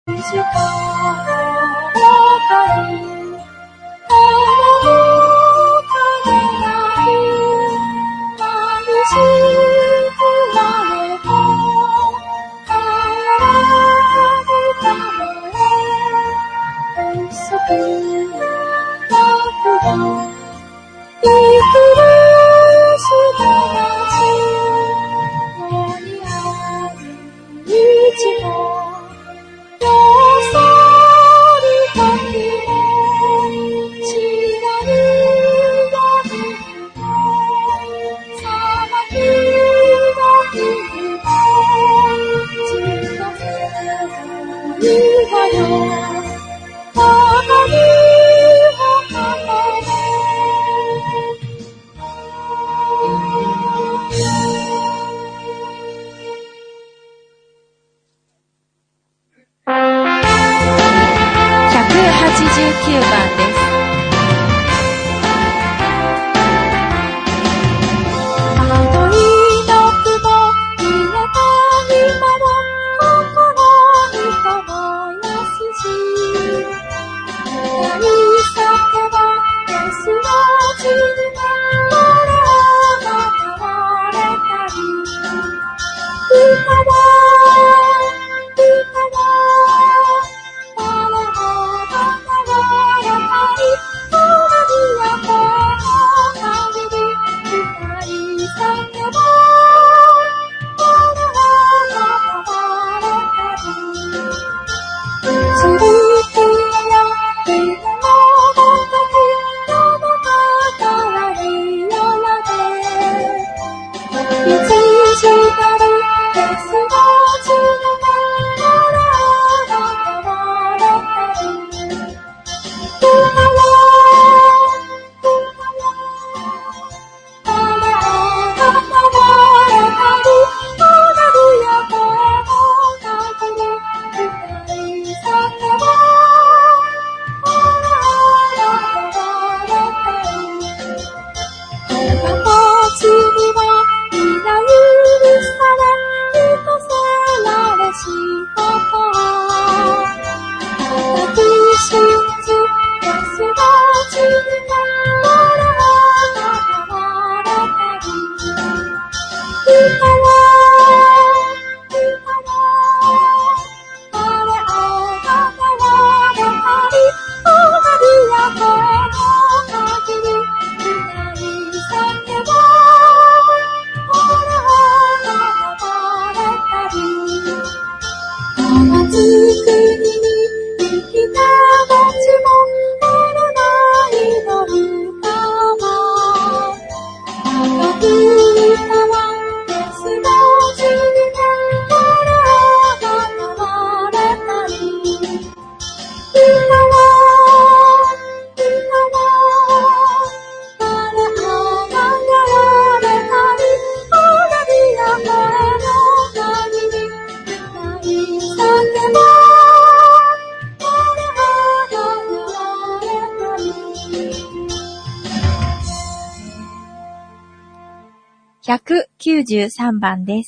時間の中に 193番です。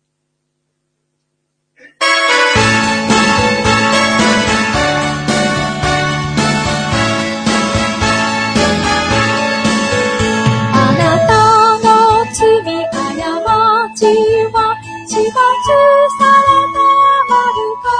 あなたの罪過ちは死罰されておるか。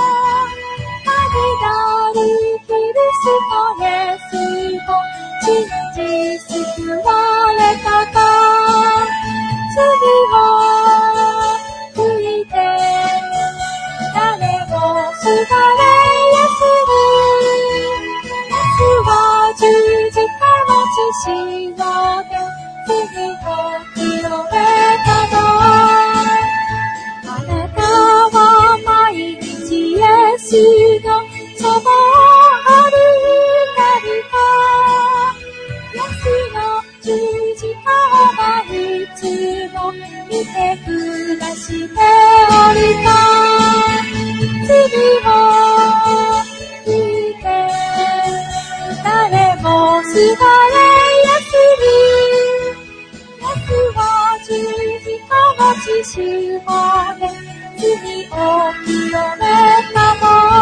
愛なるキリストイエスを信じ救われたか。罪を悔いて誰もすがれやする。イエスは十字架の血潮で罪を清めたの。あなたは毎日イエスのそばを歩いたりか。イエスの十字架を毎日も見て暮らしておりか。罪を悔いて誰もすがれやする。イエスは十字架の血潮で罪を清めたの。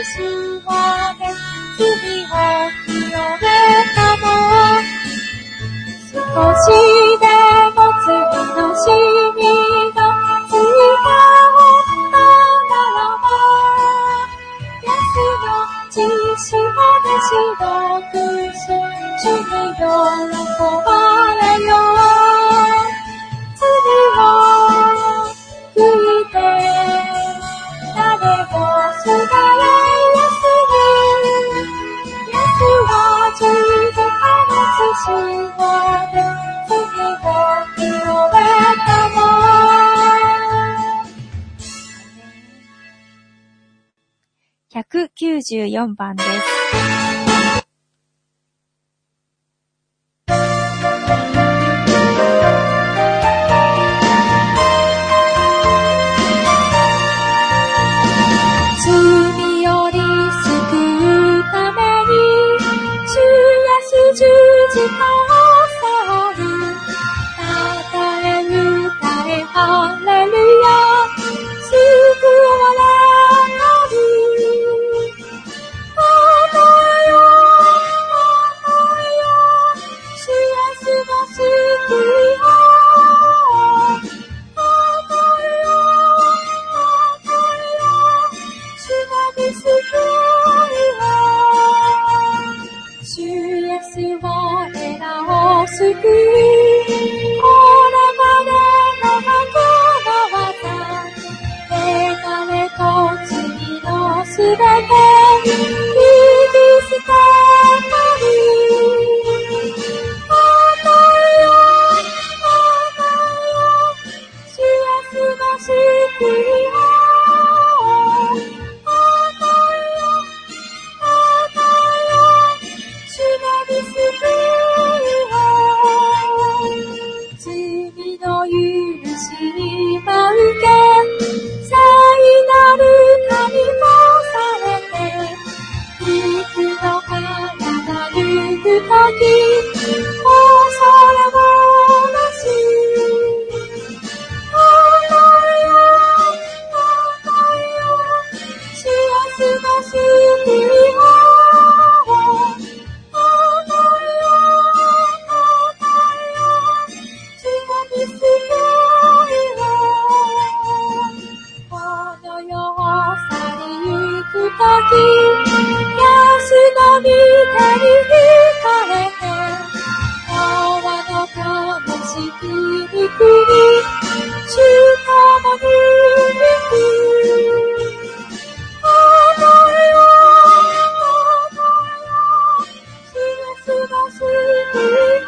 主はね、罪を清めたの。少しでも罪のしみがついたならば、安の血潮で白くし、主に喜ばれよ。罪を悔いて、誰もすがれやすに、イエスは十字架の血潮で罪を清めたの。 194番です。 罪より救うために主イエス十字架を背負う。たたえ歌えハレルヤ、救われる。たたえよ主イエスの救いを。主イエスはエラを救い、これまでの過去の技、汚れと罪のすべて、引き捨てたり、たたえよ、主イエスの救いを。罪の許しに満け、聖なる神とされて、肉の体ぬくとき、恐れもなし。たたえよ、主イエスの救いを。ヤスの御手に惹かれて、川の悲しきにくり、主ともに行く。たたえよ、主イエスの救いを。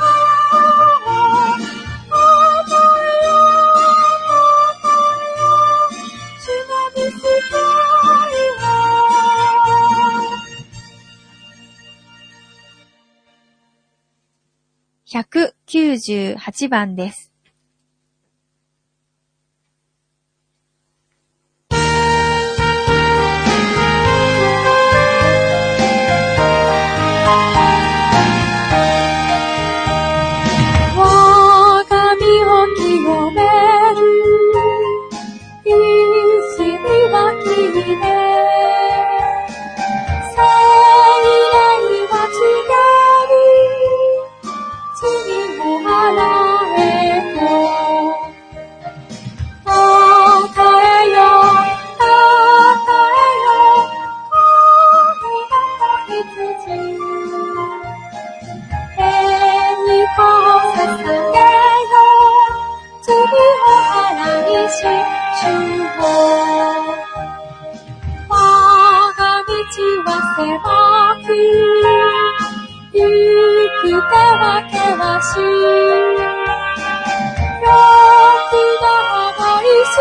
たたえよ、主の御救いを。 198番です。 我が身を清める、慈しみはきれ、聖霊は告げる。罪を払えと、たたえよ、たたえよ、神の子羊。天にこ捧げよ、罪を払いし、主を。我が道は狭く、行く手は険しい。欲の思い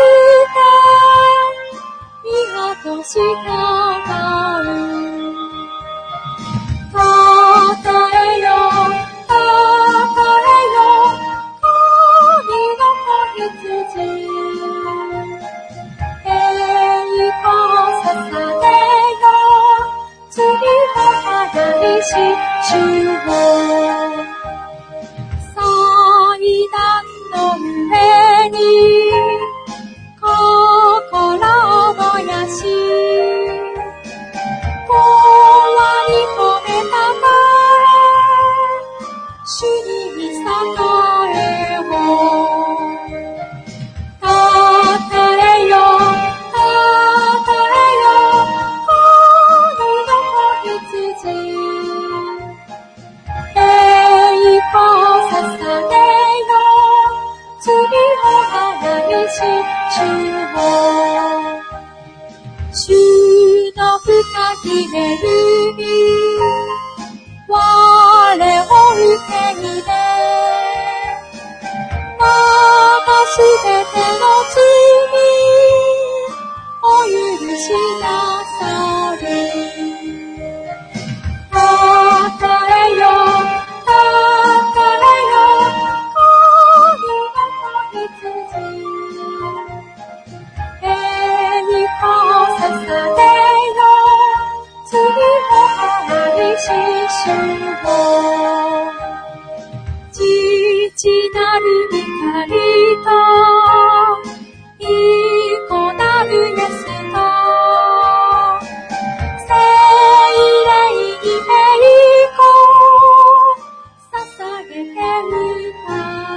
して、見落としたまう。たたえよ、たたえよ、神の子羊。栄光捧げよ、罪を払いし、主を。祭壇の上に心を燃やし、 めるに我を受け入れすべての罪お許しなさる。たたえよたたえよ神の子羊栄光捧げよ罪を払いし主を父なる光と御子なるイエスと聖霊に栄光捧げて歌う。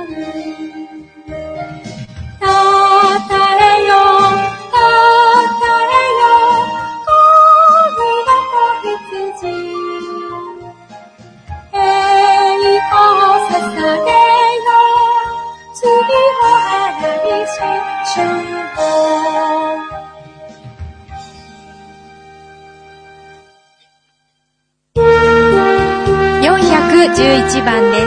たたえよたたえよ神の子羊栄光捧げ罪を払いし主を 411番です。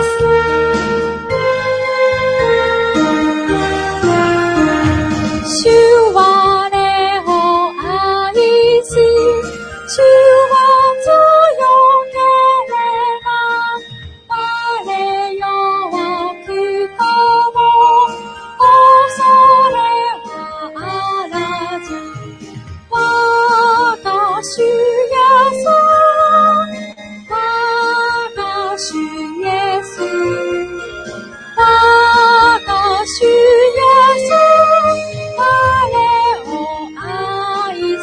主は我を愛し主は強ければ我よくとも恐れはあらず我が主イエス我が主イエス我が主イエス我を愛す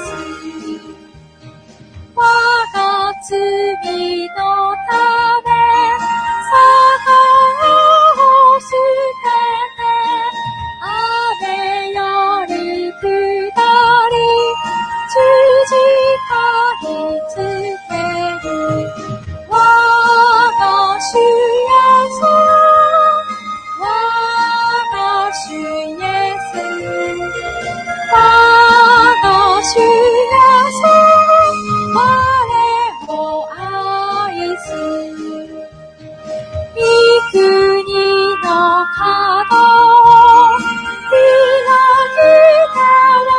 我が罪のため栄を捨てて雨より下り十字架につける我が主イエス我が主イエス我が主イエス我を愛す御国の角を開きた我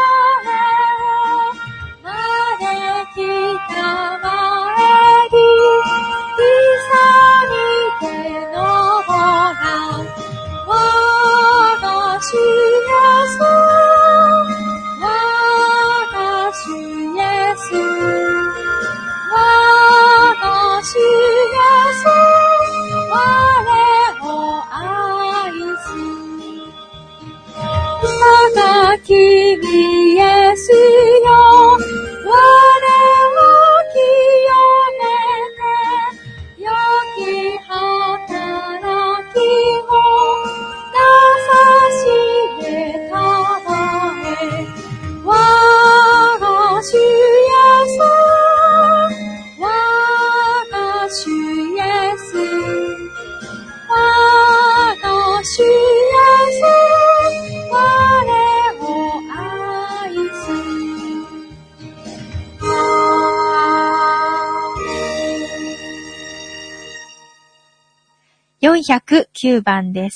を招きたまえに潔みてのぼら我が主イエス我が主イエス我が主イエス我を愛す我が君イエスよ我を清めて良き働きをなさしめたまえ我が主イエス我が主イエス我が主イエス我を愛す 409番です。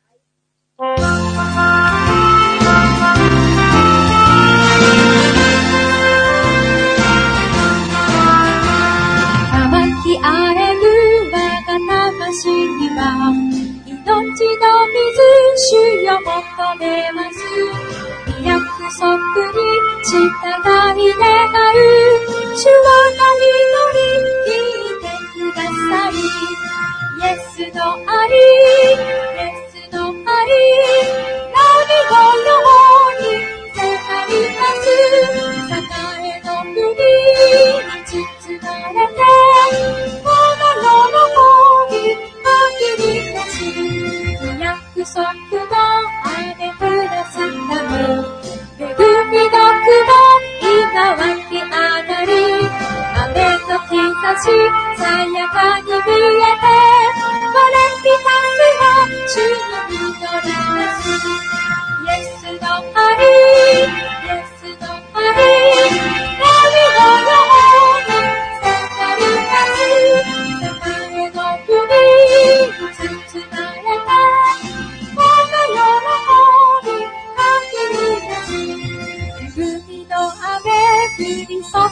乾きあえる我が魂には命の水主よ求めます約束に従い願う主は何より聞いてくださいイエスの愛イエスの愛波のように迫ります栄の国に包まれてこの世の方に限りなし約束の雨降らさため恵みの雲今湧き上がり雨の兆しさやかに見えて我ひたすら主の祈りますイエスの愛イエスの愛波のように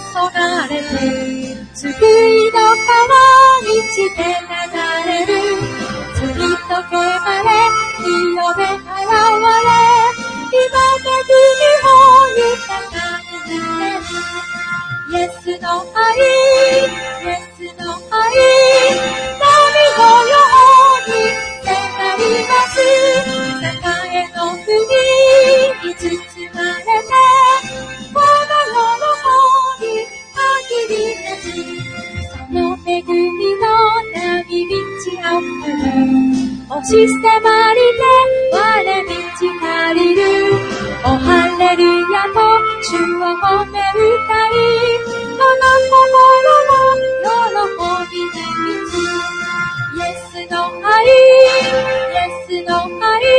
注がれる救いの川満ちて流れる罪と汚れ清め現れ今恵みを豊かになれるイエスの愛イエスの愛波のように迫ります栄えの国に包まれて我が喜び限りなしその恵みの波満ち溢れ押し迫りて我満ち足りるおハレルヤと主を褒め歌い我が心の喜びに満ちイエスの愛イエスの愛波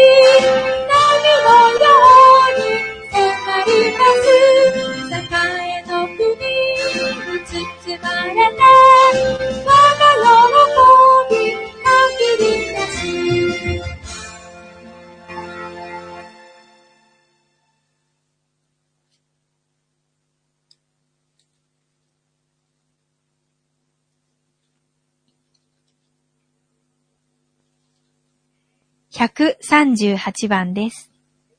のように迫ります栄の国に包まれて我が喜び限りなし 138番です。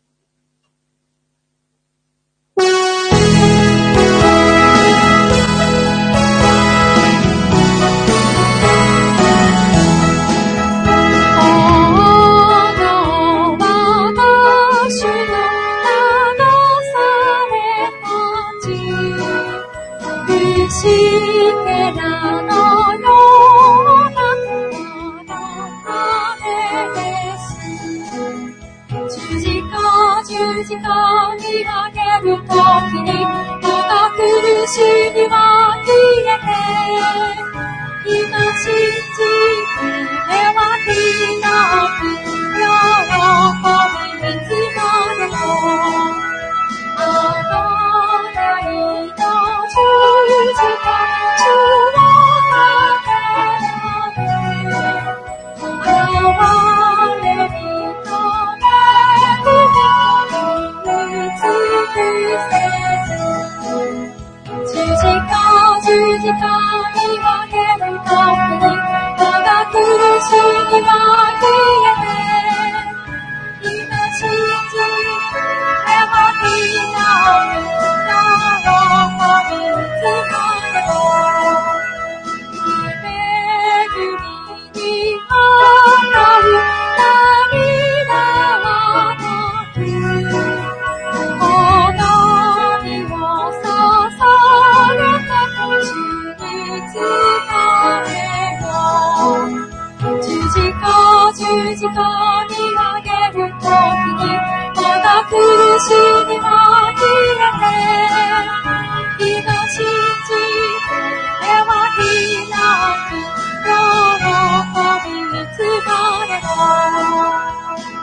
十字架にあげるときにまだ苦しみは消えて今信じて目は開く喜び見つまれとあの愛の十字架主をあげる哀れみと十字架にあげるときに我が苦しみは消えて今信じ目は開く喜びにつまれと恵みにあがる涙はなくこの身を注げて主に仕えよ十字架にあげるときにまだ苦しみは消えて今信じ目は開く喜びにつまれろ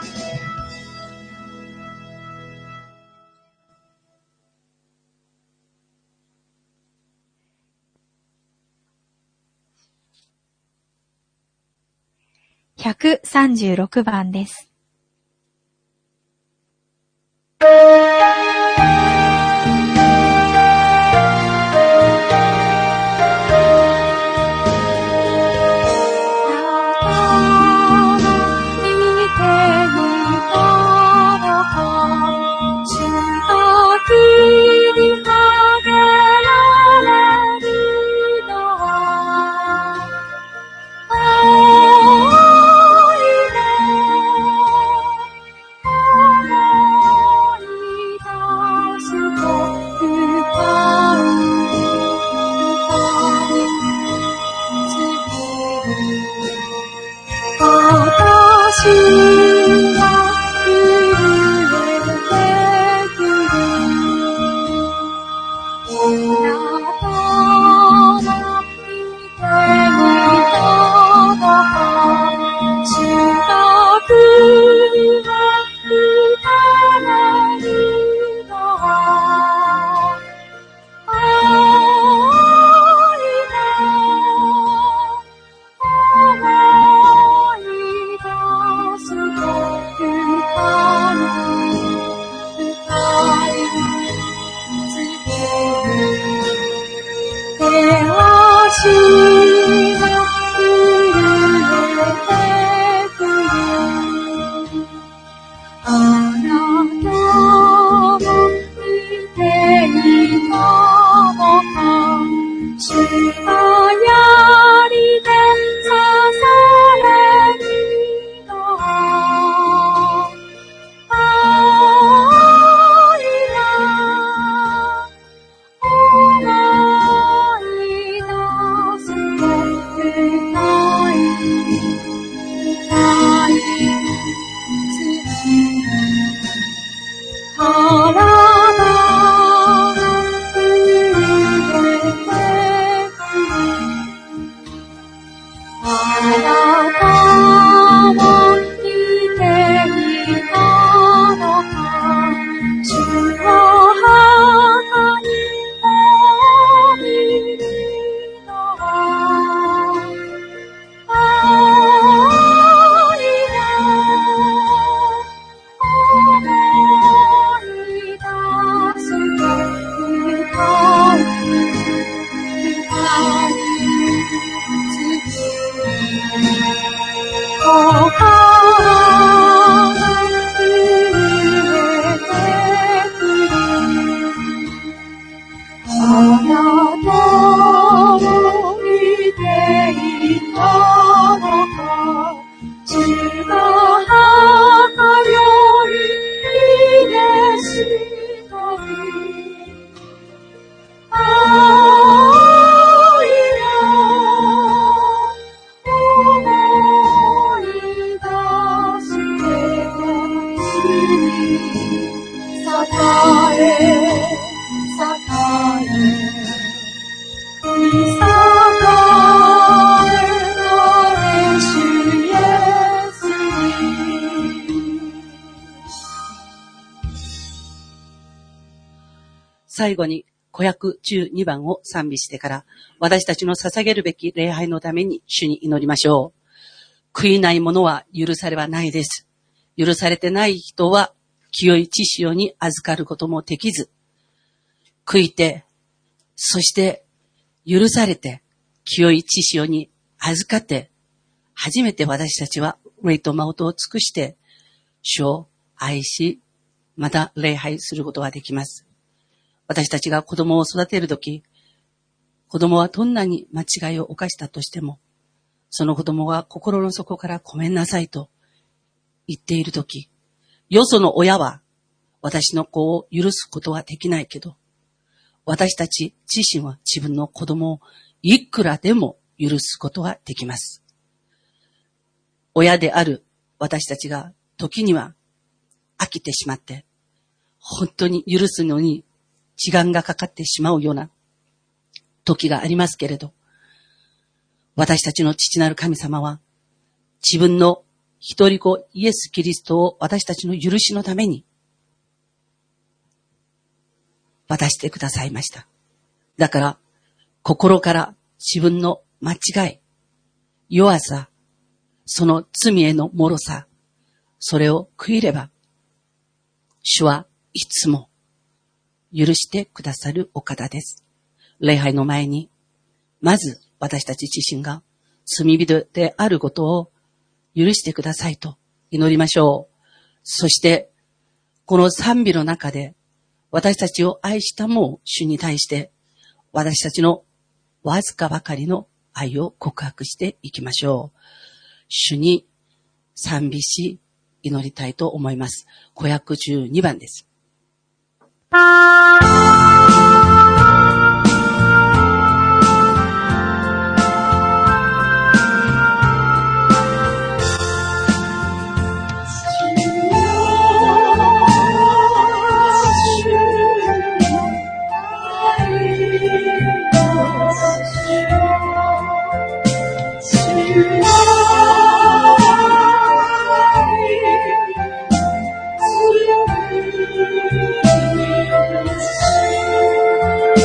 136番です。 最後に小訳12番を賛美してから、私たちの捧げるべき礼拝のために主に祈りましょう。悔いない者は許されはないです。許されてない人は清い血潮に預かることもできず、悔いて、そして許されて清い血潮に預かって、初めて私たちは霊と真を尽くして主を愛し、また礼拝することができます。私たちが子供を育てるとき、子供はどんなに間違いを犯したとしても、その子供が心の底からごめんなさいと言っているとき、よその親は私の子を許すことはできないけど、私たち自身は自分の子供をいくらでも許すことができます。親である私たちが時には飽きてしまって、本当に許すのに時間がかかってしまうような時がありますけれど、私たちの父なる神様は自分の一人子イエス・キリストを私たちの許しのために渡してくださいました。だから心から自分の間違い、弱さ、その罪への脆さ、それを悔いれば、主はいつも許してくださるお方です。礼拝の前に、まず私たち自身が罪人であることを許してくださいと祈りましょう。そして、この賛美の中で、私たちを愛したもう主に対して、私たちのわずかばかりの愛を告白していきましょう。主に賛美し、祈りたいと思います。小訳12番です。 主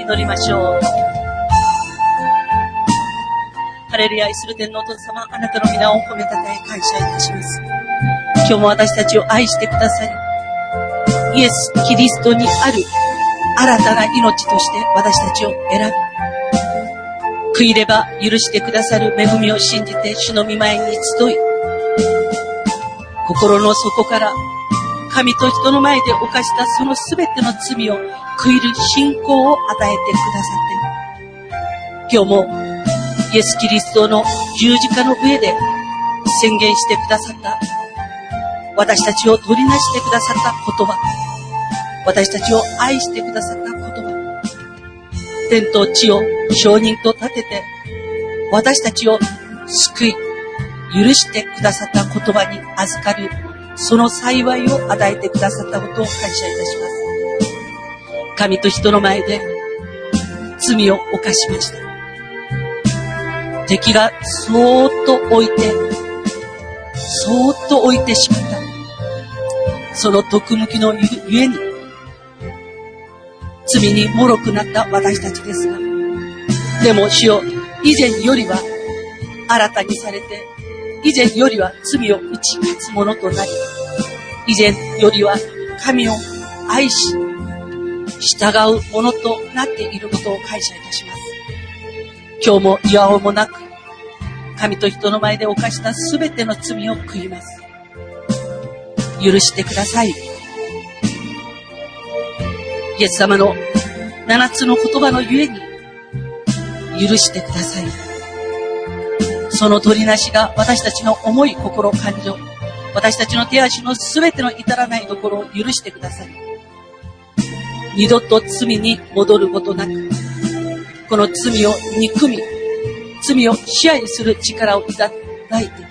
祈りましょう。ハレルヤ、愛する天のお父様、あなたの皆を褒めたたえ感謝いたします。今日も私たちを愛してくださり、イエス・キリストにある新たな命として私たちを選び、悔いれば許してくださる恵みを信じて主の御前に集い、心の底から神と人の前で犯したそのすべての罪を悔いる信仰を与えてくださって、今日もイエス・キリストの十字架の上で宣言してくださった、私たちを取りなしてくださった言葉、私たちを愛してくださった言葉、天と地を証人と立てて私たちを救い許してくださった言葉に預かるその幸いを与えてくださったことを感謝いたします。神と人の前で罪を犯しました。敵がそーっと置いてしまった。その毒向きのゆえに、罪に脆くなった私たちですが、でも主よ、以前よりは新たにされて、以前よりは罪を打ち勝つものとなり、以前よりは神を愛し、従うものとなっていることを感謝いたします。今日も岩尾もなく、神と人の前で犯したすべての罪を悔います。許してください。イエス様の7つの言葉のゆえに、許してください。その取りなしが私たちの思い、心、感情、私たちの手足のすべての至らないところを許してください。二度と罪に戻ることなく、この罪を憎み、罪を支配する力をいただいて、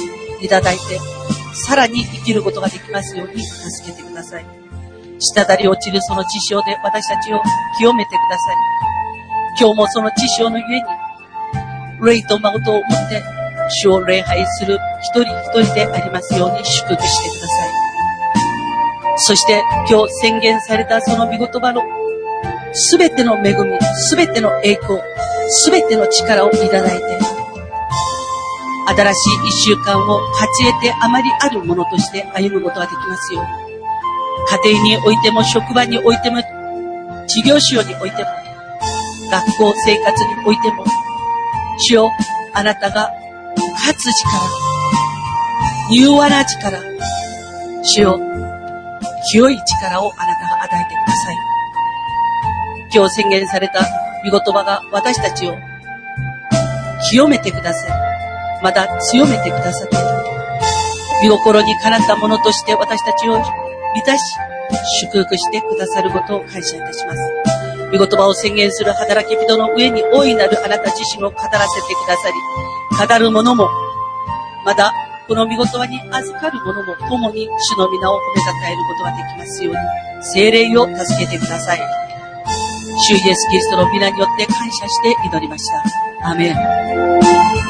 さらに生きることができますように助けてください。滴り落ちるその血潮で私たちを清めてください。今日もその血潮のゆえに、霊と誠を持って主を礼拝する一人一人でありますように祝福してください。そして今日宣言されたその御言葉のすべての恵み、すべての栄光、すべての力をいただいて、新しい一週間を勝ち得てあまりあるものとして歩むことができますように、家庭においても職場においても事業所においても学校生活においても、主よ、あなたが勝つ力、柔和な力、主よ、清い力をあなたが与えてください。今日宣言された御言葉が私たちを清めてください。また強めてくださって、御心にかなったものとして私たちを満たし、祝福してくださることを感謝いたします。御言葉を宣言する働き人の上に大いなるあなた自身を語らせてくださり、語る者も、またこの御言葉に預かる者も共に主の皆を褒めたたえることができますように、聖霊を助けてください。主イエスキリストの皆によって感謝して祈りました。アーメン。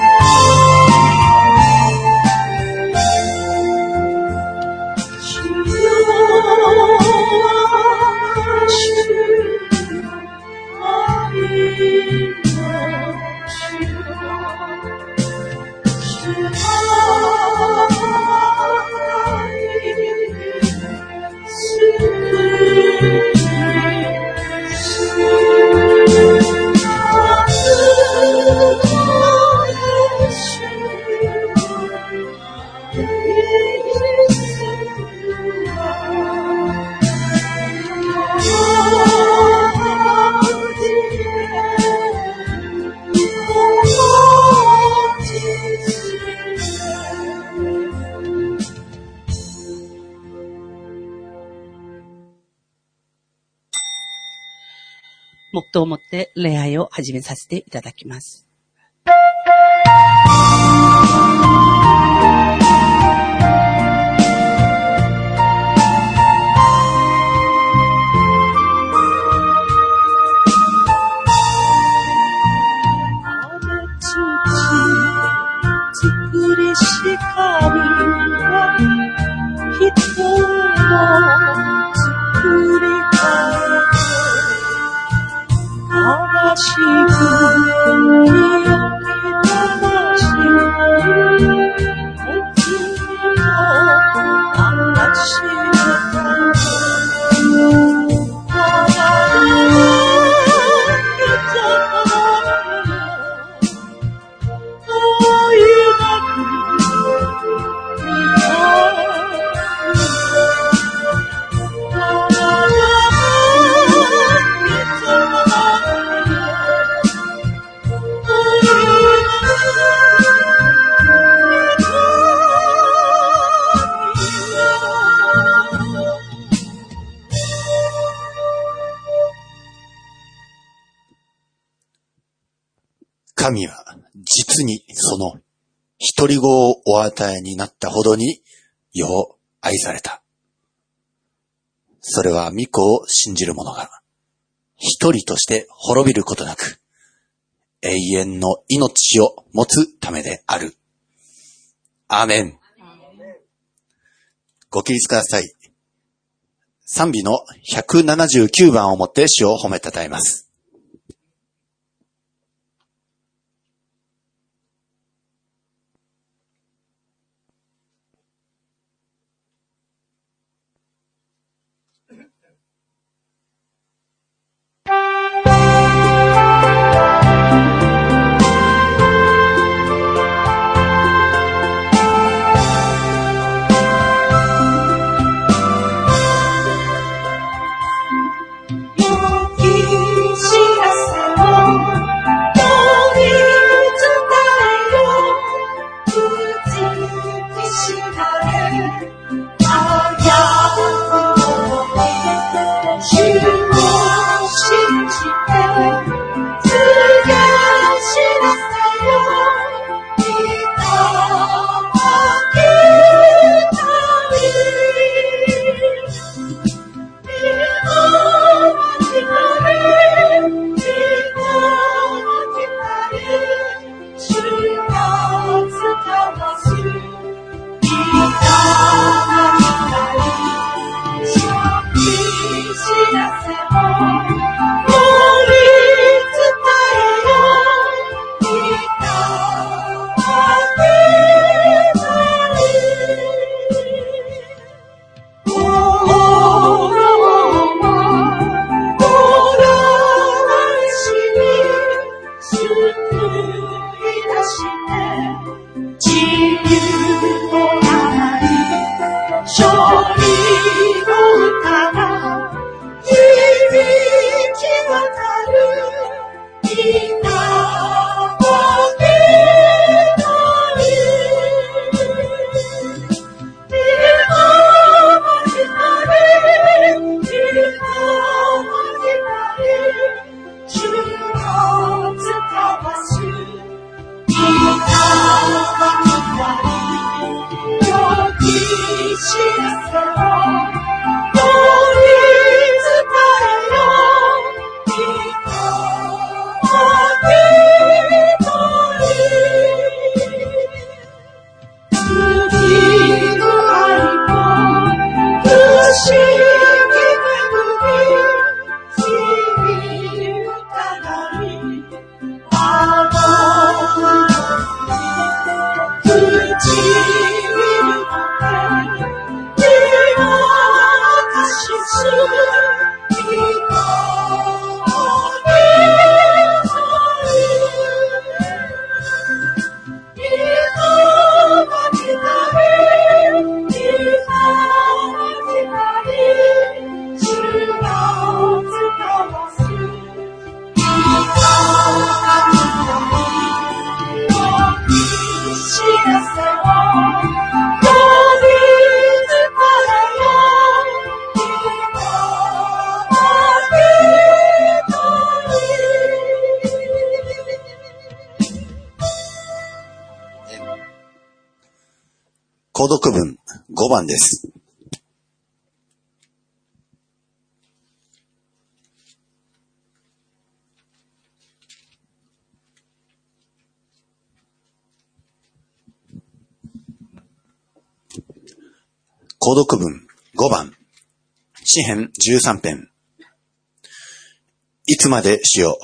黙祷をもって礼拝を始めさせていただきます。 あ神は実にその一人子をお与えになったほどに世を愛された。それは御子を信じる者が一人として滅びることなく永遠の命を持つためである。アーメン。ご起立ください。賛美の179番をもって主を褒めたたえます。購読文5番です。購読文5番、詩編13編。いつまで主よ、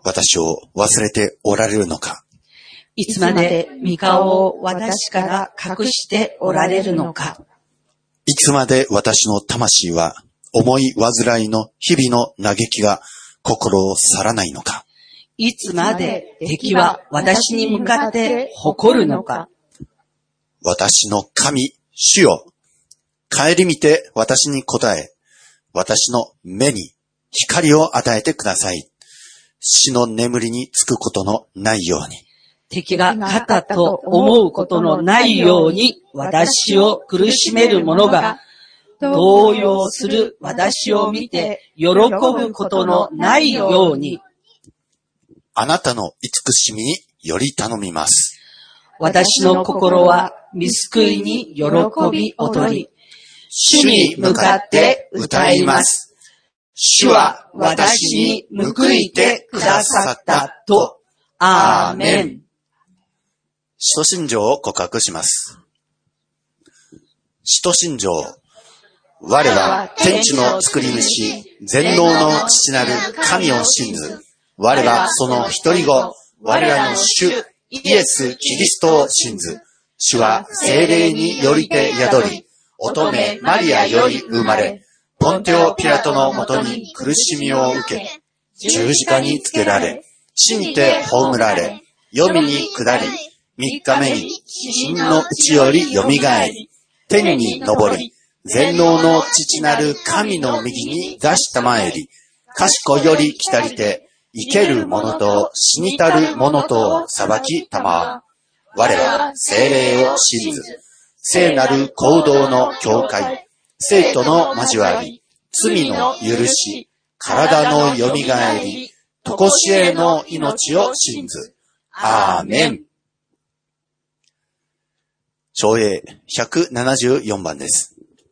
私を忘れておられるのか。 いつまで御顔を私から隠しておられるのか。 いつまで私の魂は思い煩いの日々の嘆きが心を去らないのか。 いつまで敵は私に向かって誇るのか。 私の神、主よ、顧みて私に答え、私の目に光を与えてください。死の眠りにつくことのないように。 敵が勝ったと思うことのないように、私を苦しめる者が動揺する私を見て喜ぶことのないように。 あなたの慈しみにより頼みます。 私の心は御救いに喜び踊り、主に向かって歌います。主は私に報いてくださったと。アーメン。 使徒信条を告白します。使徒信条。我は天地の作り主、全能の父なる神を信ず。我はその一人子、我らの主、イエス・キリストを信ず。主は聖霊によりて宿り、乙女マリアより生まれ、ポンテオ・ピラトのもとに苦しみを受け、十字架につけられ、死にて葬られ、黄泉に下り、三日目に死のうちよりよみがえり、天に昇り、全能の父なる神の右に出したまえり、賢より来たりて、生ける者と死にたる者とを裁きたまわ。我は聖霊を信ず。聖なる行動の教会。聖との交わり。罪の許し。体のよみがえり。とこしえの命を信ず。アーメン。唱詠174番です。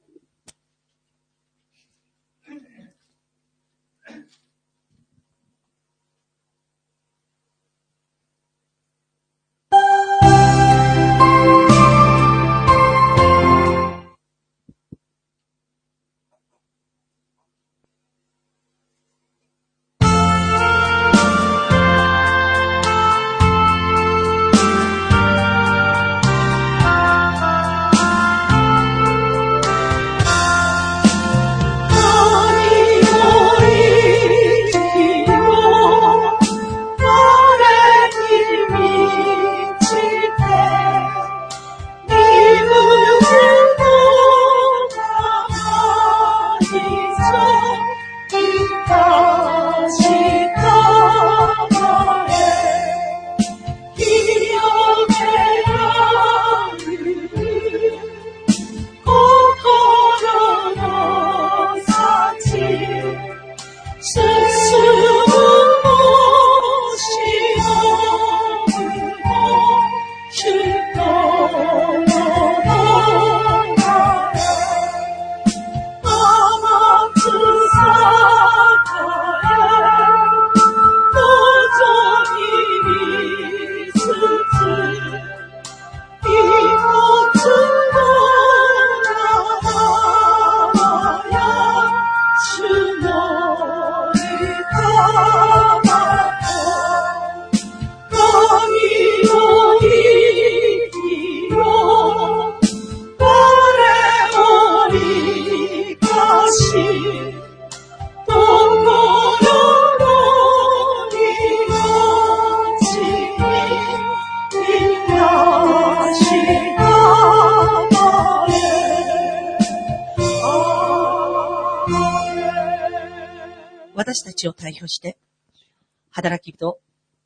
私たちを代表して、働き人、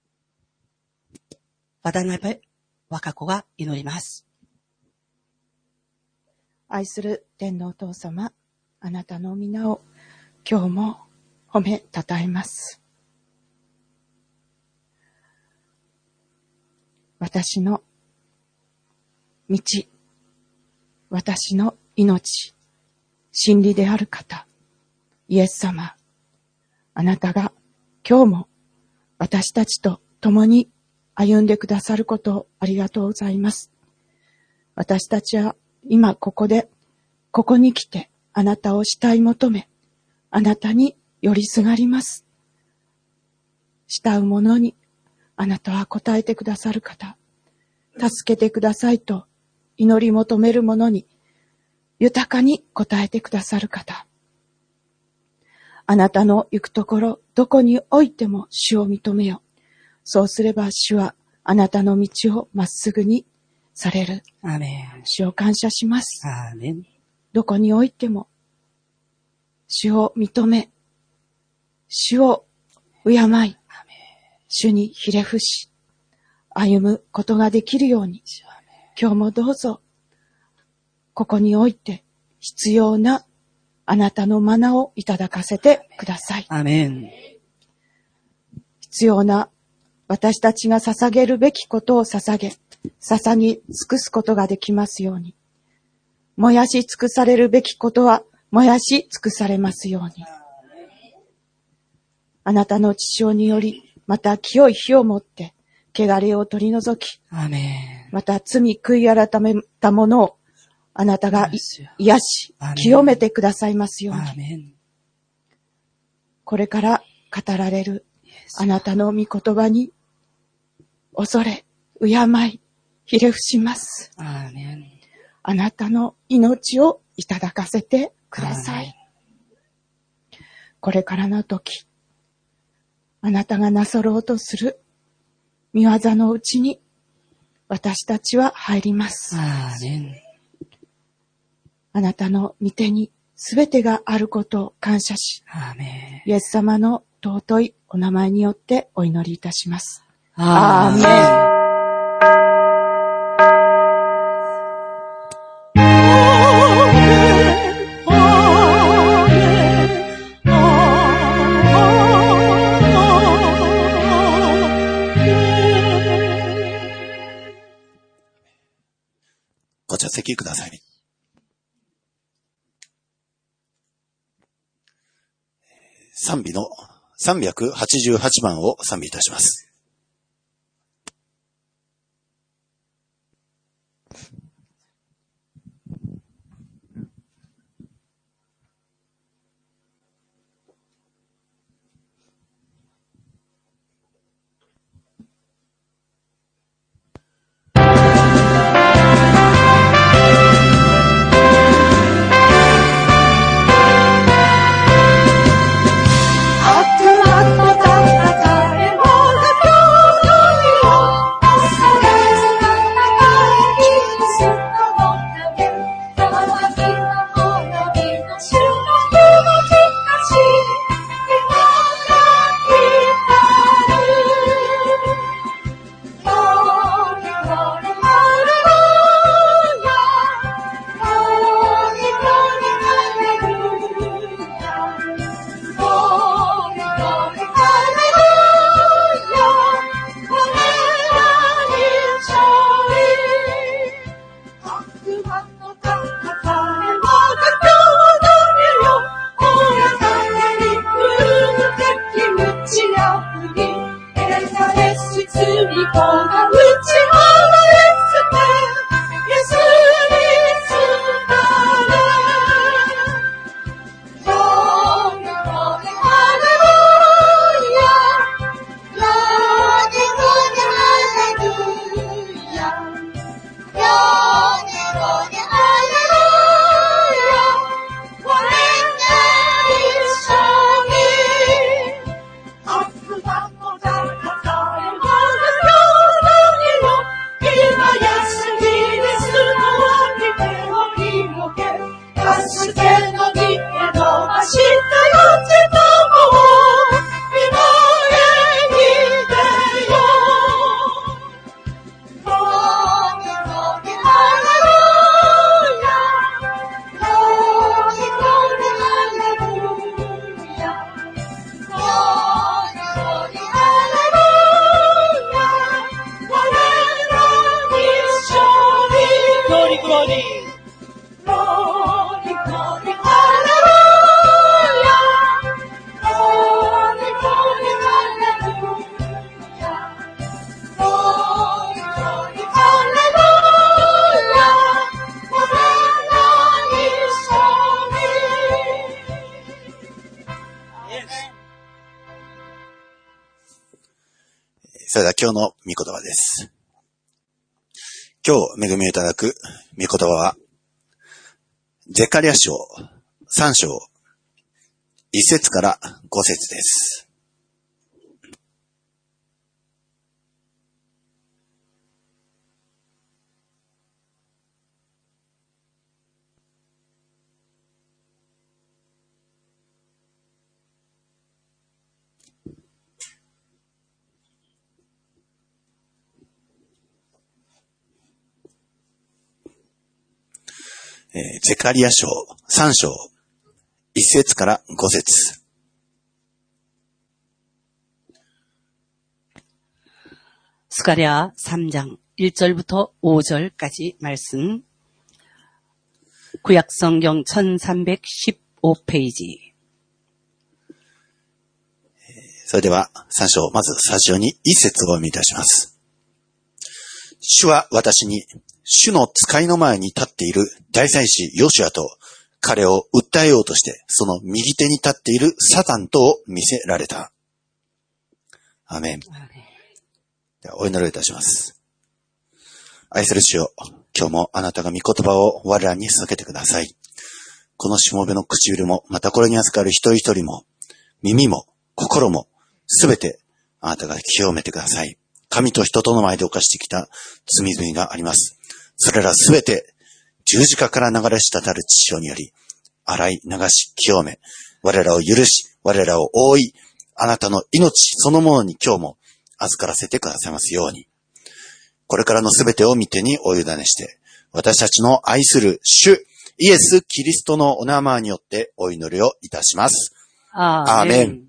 渡辺和歌子が祈ります。 愛する天のお父様、あなたの皆を今日も褒めたたえます。私の道、私の命、真理である方、イエス様、あなたが今日も私たちと共に歩んでくださることをありがとうございます。私たちは今ここに来てあなたを慕い求め、あなたに寄りすがります。 慕う者にあなたは答えてくださる方。助けてくださいと祈り求める者に豊かに答えてくださる方。あなたの行くところ、どこにおいても主を認めよ。そうすれば主はあなたの道をまっすぐにされる。 アメン。 主を感謝します。 アメン。 どこにおいても主を認め、主を敬い、主にひれ伏し、歩むことができるように、今日もどうぞ、ここにおいて必要なあなたのマナをいただかせてください。 アメン。 必要な私たちが捧げるべきことを捧げ尽くすことができますように。燃やし尽くされるべきことは燃やし尽くされますように。あなたの血潮により、また清い火をもって、汚れを取り除き、 アメン。 また罪悔い改めたものをあなたが癒し、清めてくださいますように。 アメン。 これから語られるあなたの御言葉に恐れ、敬い、ひれ伏します。 アメン。 あなたの命をいただかせてください。これからの時、あなたがなさろうとする御業のうちに私たちは入ります。 アメン。 あなたの御手にすべてがあることを感謝し、 アメイエス様の尊いお名前によってお祈りいたします。 ン。アーメン。 ご着席ください。賛美の388番を賛美いたします。 それでは今日の御言葉です。今日恵みをいただく御言葉は、ゼカリア書3章1節から5節です。ゼカリア書3章1節から5節。 스가랴 3장 1절부터 5절까지 말씀. 구약성경 1315페이지. それでは3章、まず最初に1節をお読みいたします。主は私に、主の使いの前に立っている大祭司ヨシュアと彼を訴えようとしてその右手に立っているサタンとを見せられた。アーメン。ではお祈りをいたします。愛する主よ、今日もあなたが御言葉を我らに授けてください。このしもべの唇も、またこれに預かる一人一人も、耳も心もすべてあなたが清めてください。神と人との前で犯してきた罪々があります。それらすべて十字架から流れ滴る血潮により洗い流し清め、我らを許し、我らを覆い、あなたの命そのものに今日も預からせてくださいますように。これからのすべてを御手にお委ねして、私たちの愛する主イエス・キリストのお名前によってお祈りをいたします。アーメン。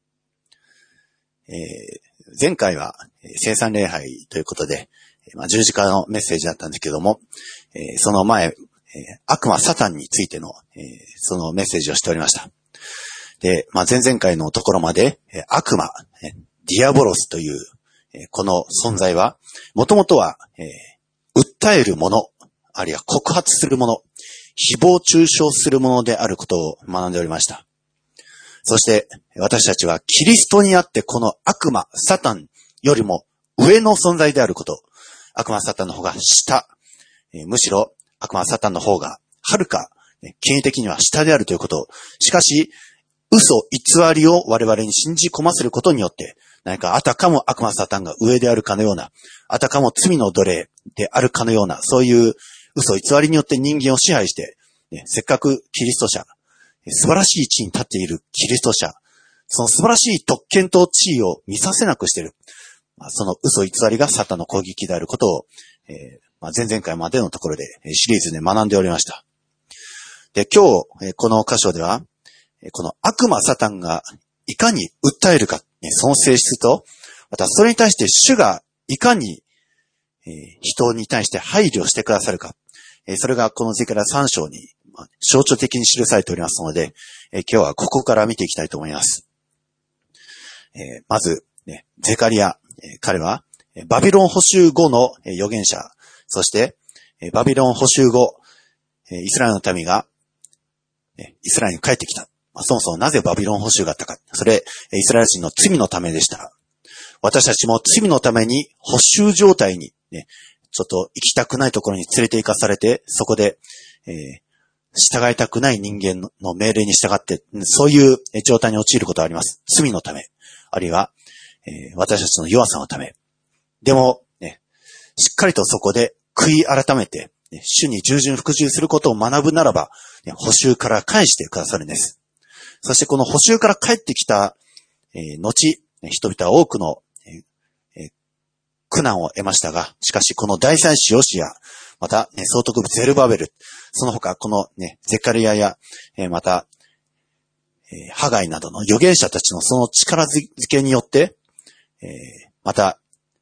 前回は聖餐礼拝ということで、十字架のメッセージだったんですけども、その前、悪魔サタンについての、そのメッセージをしておりました。で、前々回のところまで、悪魔、ディアボロスという、この存在は、もともとは、訴えるもの、あるいは告発するもの、誹謗中傷するものであることを学んでおりました。そして、私たちはキリストにあってこの悪魔、サタンよりも上の存在であること、悪魔サタンの方が下、むしろ悪魔サタンの方がはるか権威的には下であるということ。しかし嘘偽りを我々に信じ込ませることによって、何かあたかも悪魔サタンが上であるかのような、あたかも罪の奴隷であるかのような、そういう嘘偽りによって人間を支配して、せっかくキリスト者、素晴らしい地位に立っているキリスト者、その素晴らしい特権と地位を見させなくしている。その嘘偽りがサタンの攻撃であることを、前々回までのところでシリーズで学んでおりました。で、今日、この箇所では、この悪魔サタンがいかに訴えるか、その性質と、またそれに対して主がいかに人に対して配慮してくださるか、それがこのゼカリア3章に象徴的に記されておりますので、今日はここから見ていきたいと思います。まず、ゼカリア、彼はバビロン捕囚後の預言者、そしてバビロン捕囚後、イスラエルの民がイスラエルに帰ってきた。そもそもなぜバビロン捕囚があったか。それ、イスラエル人の罪のためでした。私たちも罪のために捕囚状態に、ちょっと行きたくないところに連れて行かされて、そこで、従いたくない人間の命令に従って、そういう状態に陥ることがあります。罪のため、あるいは、私たちの弱さのため。でも、しっかりとそこで悔い改めて、主に従順服従することを学ぶならば、捕囚から返してくださるんです。そしてこの捕囚から帰ってきた、後、人々は多くの、苦難を得ましたが、しかしこの大祭司ヨシア、また、総督ゼルバベル、その他このゼカリアや、また、ハガイなどの預言者たちのその力づけによって、また、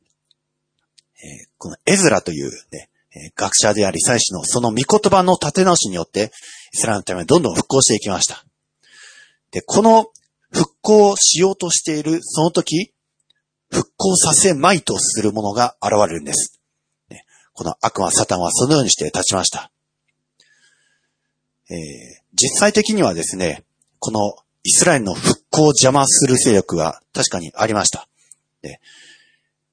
このエズラという、学者であり祭司のその御言葉の立て直しによって、イスラエルのためにどんどん復興していきました。で、この復興しようとしているその時、復興させまいとするものが現れるんです。この悪魔サタンはそのようにして立ちました。実際的にはですね、このイスラエルの復興を邪魔する勢力は確かにありました。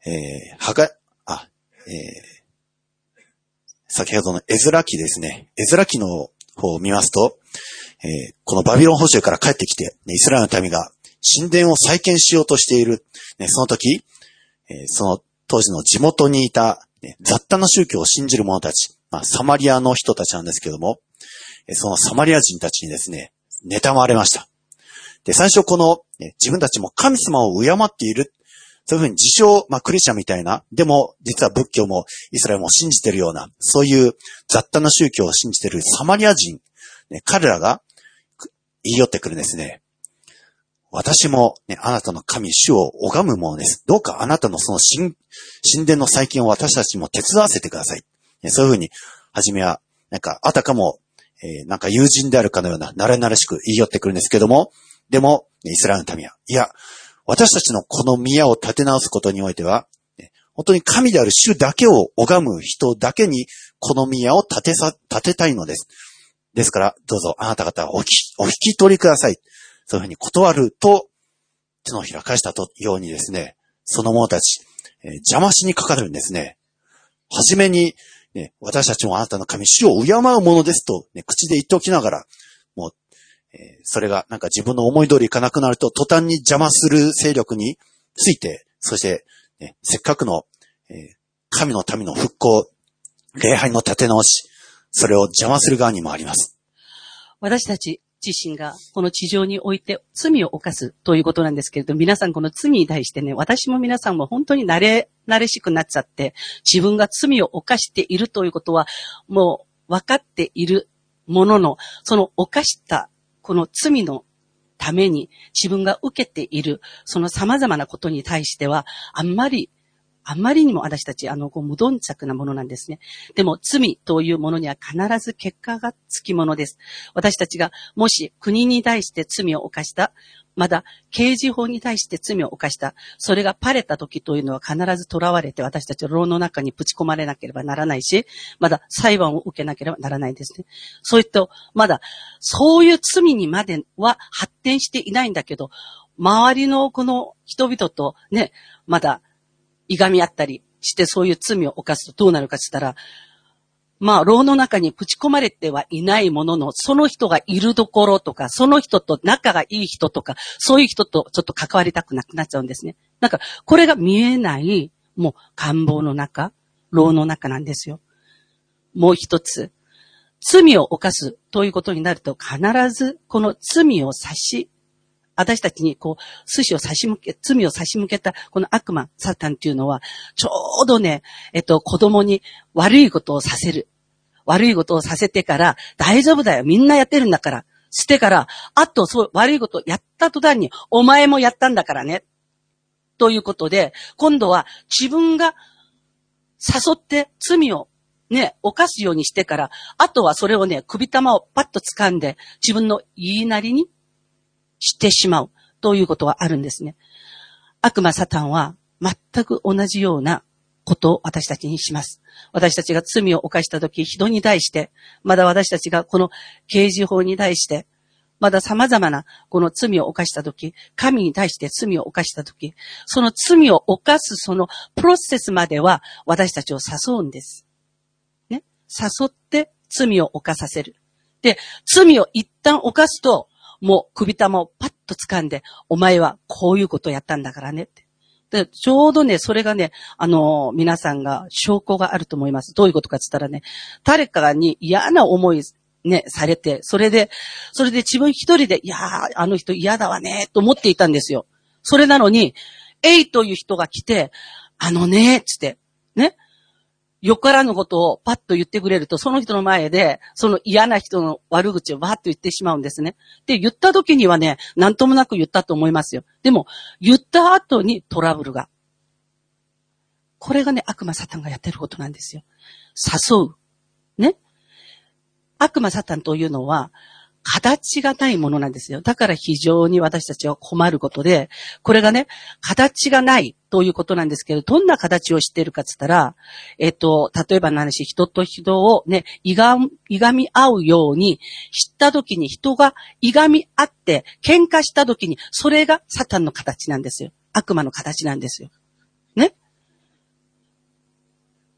先ほどのエズラ記ですね。エズラ記の方を見ますと、このバビロン捕囚から帰ってきて、イスラエルの民が神殿を再建しようとしている、その時、その当時の地元にいた、雑多な宗教を信じる者たち、サマリアの人たちなんですけども、そのサマリア人たちにですね、妬まれました。で、最初この、自分たちも神様を敬っている、そういうふうに自称、クリスチャンみたいな、でも実は仏教もイスラエルも信じているような、そういう雑多な宗教を信じているサマリア人、彼らが言い寄ってくるんですね。私も、あなたの神、主を拝むものです。どうかあなたのその神殿の再建を私たちも手伝わせてください。そういうふうに、はじめは、あたかも、友人であるかのような、慣れ慣れしく言い寄ってくるんですけども、でも、イスラエルの民は、いや、私たちのこの宮を建て直すことにおいては、本当に神である主だけを拝む人だけに、この宮を建てたいのです。ですから、どうぞあなた方お引き取りください。そういうふうに断ると、手のひら返したようにですね、その者たち、邪魔しにかかるんですね。はじめに、私たちもあなたの神、主を敬うものですと、口で言っておきながら、もう、それが自分の思い通りいかなくなると、途端に邪魔する勢力について、そして、せっかくの、神の民の復興、礼拝の立て直し、それを邪魔する側にもあります。 私たち自身がこの地上において罪を犯すということなんですけれど、皆さんこの罪に対してね、私も皆さんも本当に慣れしくなっちゃって、自分が罪を犯しているということはもう分かっているものの、その犯したこの罪のために自分が受けているその様々なことに対してはあんまりにも私たち無頓着なものなんですね。でも罪というものには必ず結果がつきものです。私たちがもし国に対して罪を犯した、まだ刑事法に対して罪を犯した、それがバレた時というのは必ず囚われて私たちは牢の中にぶち込まれなければならないし、まだ裁判を受けなければならないんですね。そういったまだそういう罪にまでは発展していないんだけど、周りのこの人々とね、まだいがみ合ったりしてそういう罪を犯すとどうなるかって言ったら、牢の中にぶち込まれてはいないものの、その人がいるところとか、その人と仲がいい人とか、そういう人とちょっと関わりたくなくなっちゃうんですね。これが見えない、もう官房の中、牢の中なんですよ。もう一つ、罪を犯すということになると必ずこの罪を私たちに罪を差し向けたこの悪魔、サタンっていうのは、ちょうどね、子供に悪いことをさせる。悪いことをさせてから、大丈夫だよ、みんなやってるんだから、してから、あと悪いことをやった途端に、お前もやったんだからね。ということで、今度は自分が誘って罪をね、犯すようにしてから、あとはそれをね、首玉をパッと掴んで、自分の言いなりにしてしまうということはあるんですね。悪魔サタンは全く同じようなことを私たちにします。私たちが罪を犯したとき、人に対して、まだ私たちがこの刑事法に対して、まだ様々なこの罪を犯したとき、神に対して罪を犯したとき、その罪を犯すそのプロセスまでは私たちを誘うんです。ね。誘って罪を犯させる。で、罪を一旦犯すと、もう首玉をパッと掴んで、お前はこういうことをやったんだからねって。で、ちょうどね、それがね、皆さんが証拠があると思います。どういうことかって言ったらね、誰かに嫌な思いね、されて、それで自分一人で、いやー、あの人嫌だわね、と思っていたんですよ。それなのに、A という人が来て、つって、ね、よからぬことをパッと言ってくれると、その人の前で、その嫌な人の悪口をバーッと言ってしまうんですね。で、言った時にはね、なんともなく言ったと思いますよ。でも、言った後にトラブルが。これがね、悪魔サタンがやってることなんですよ。誘う。ね。悪魔サタンというのは、形がないものなんですよ。だから非常に私たちは困ることで、これがね、形がないということなんですけど、どんな形をしているかって言ったら、例えばの話、人と人をね、いがみ合うように知った時に人がいがみ合って喧嘩した時に、それがサタンの形なんですよ。悪魔の形なんですよ。ね。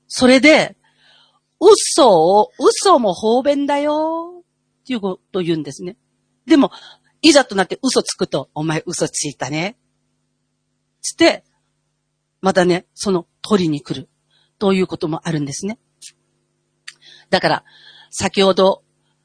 それで、嘘も方便だよ、っていうことを言うんですね。でも、いざとなって嘘つくと、お前嘘ついたね。つって、またね、その取りに来る。ということもあるんですね。だから、先ほど、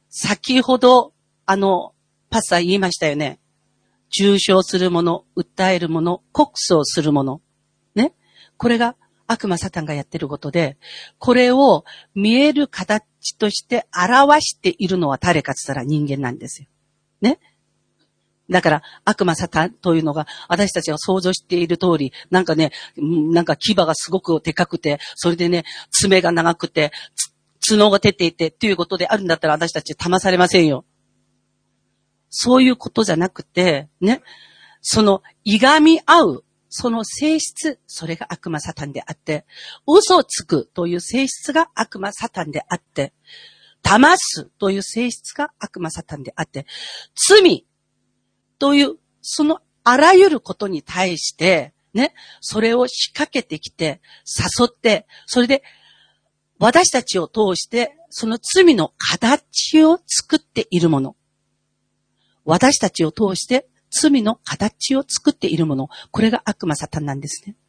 パスタ言いましたよね。中傷するもの、訴えるもの、告訴するもの。ね。これが悪魔サタンがやってることで、これを見える形として表しているのは誰かって言ったら人間なんですよ。ね。だから、悪魔サタンというのが、私たちが想像している通り、なんか牙がすごくでかくて、それでね、爪が長くて、角が出ていて、っていうことであるんだったら私たち騙されませんよ。そういうことじゃなくて、ね、その、いがみ合う、その性質、それが悪魔サタンであって、嘘をつくという性質が悪魔サタンであって、騙すという性質が悪魔サタンであって、罪という、そのあらゆることに対して、ね、それを仕掛けてきて、誘って、それで、私たちを通して、その罪の形を作っているもの。私たちを通して、罪の形を作っているもの。これが悪魔サタンなんですね。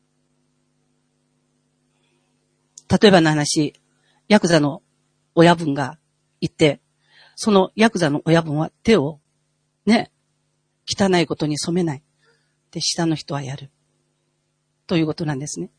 例えばの話、ヤクザの親分がいて、そのヤクザの親分は手を、ね、汚いことに染めない。で、下の人はやる。ということなんですね。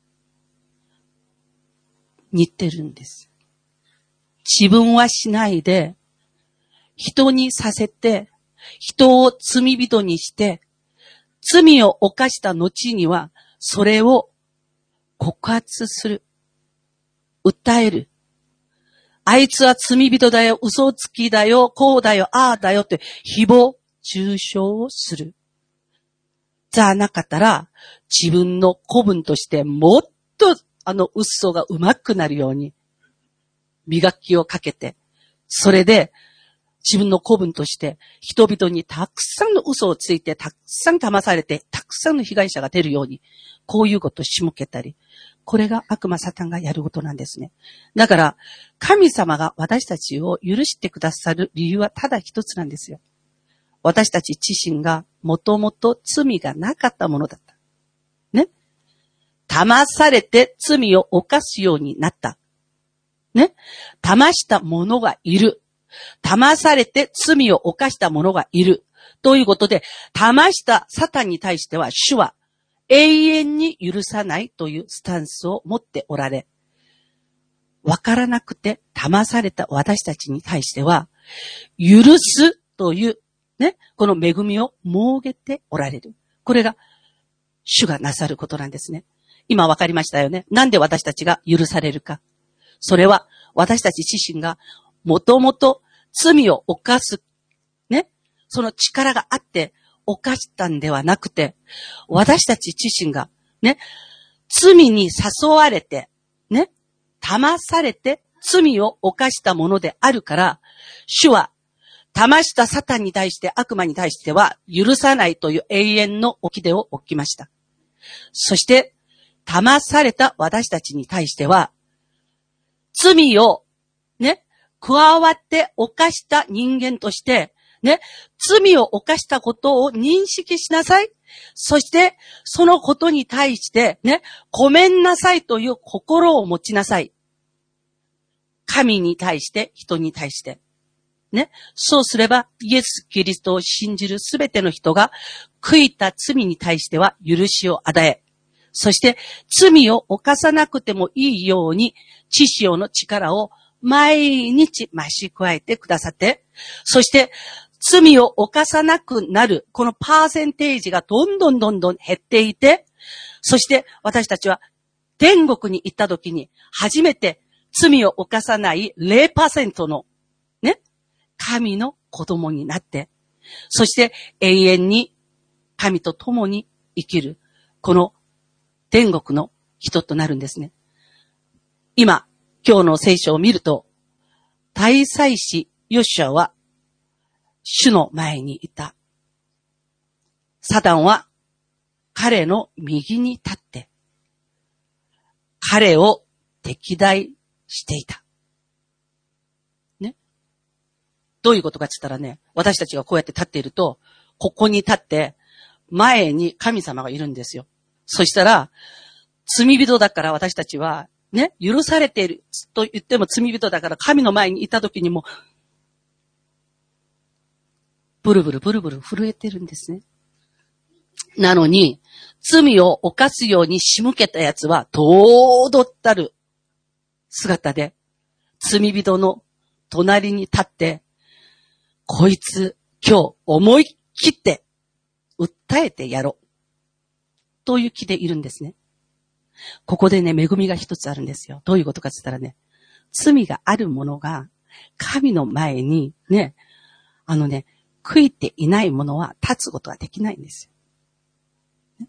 似てるんです。自分はしないで、人にさせて、人を罪人にして、罪を犯した後には、それを告発する。訴える。あいつは罪人だよ、嘘つきだよ、こうだよ、ああだよって、誹謗中傷をする。じゃなかったら、自分の子分としてもっと嘘が上手くなるように、磨きをかけて、それで、自分の子分として、人々にたくさんの嘘をついて、たくさん騙されて、たくさんの被害者が出るように、こういうことを仕向けたり、これが悪魔サタンがやることなんですね。だから、神様が私たちを許してくださる理由はただ一つなんですよ。私たち自身がもともと罪がなかったものだった。ね。騙されて罪を犯すようになった。ね。騙した者がいる。騙されて罪を犯した者がいる。ということで、騙したサタンに対しては主は永遠に許さないというスタンスを持っておられ、わからなくて騙された私たちに対しては、許すというね、この恵みを設けておられる。これが主がなさることなんですね。今わかりましたよね。なんで私たちが許されるか。それは私たち自身がもともと罪を犯す、ね、その力があって犯したんではなくて、私たち自身がね、罪に誘われて、ね、騙されて罪を犯したものであるから、主は騙したサタンに対して、悪魔に対しては許さないという永遠の掟を置きました。そして、騙された私たちに対しては、罪をね、加わって犯した人間として、ね、罪を犯したことを認識しなさい。そして、そのことに対して、ね、ごめんなさいという心を持ちなさい。神に対して、人に対して。ね、そうすれば、イエス・キリストを信じるすべての人が、悔いた罪に対しては許しを与え、そして、罪を犯さなくてもいいように、知識の力を毎日増し加えてくださって、そして、罪を犯さなくなる、このパーセンテージがどんどん減っていて、そして私たちは天国に行った時に初めて罪を犯さない 0% のね、神の子供になって、そして永遠に神と共に生きる、この天国の人となるんですね。今日の聖書を見ると、大祭司ヨシュアは主の前にいた。サタンは彼の右に立って、彼を敵対していた。ね。どういうことかって言ったらね、私たちがこうやって立っていると、ここに立って、前に神様がいるんですよ。そしたら、罪人だから私たちは、ね、許されていると言っても罪人だから神の前にいた時にも、ブルブルブルブル震えてるんですね。なのに、罪を犯すように仕向けた奴は、堂々たる姿で、罪人の隣に立って、こいつ、今日思い切って、訴えてやろう。という気でいるんですね。ここでね、恵みが一つあるんですよ。どういうことかって言ったらね、罪がある者が、神の前にね、悔いていない者は立つことはできないんですよ。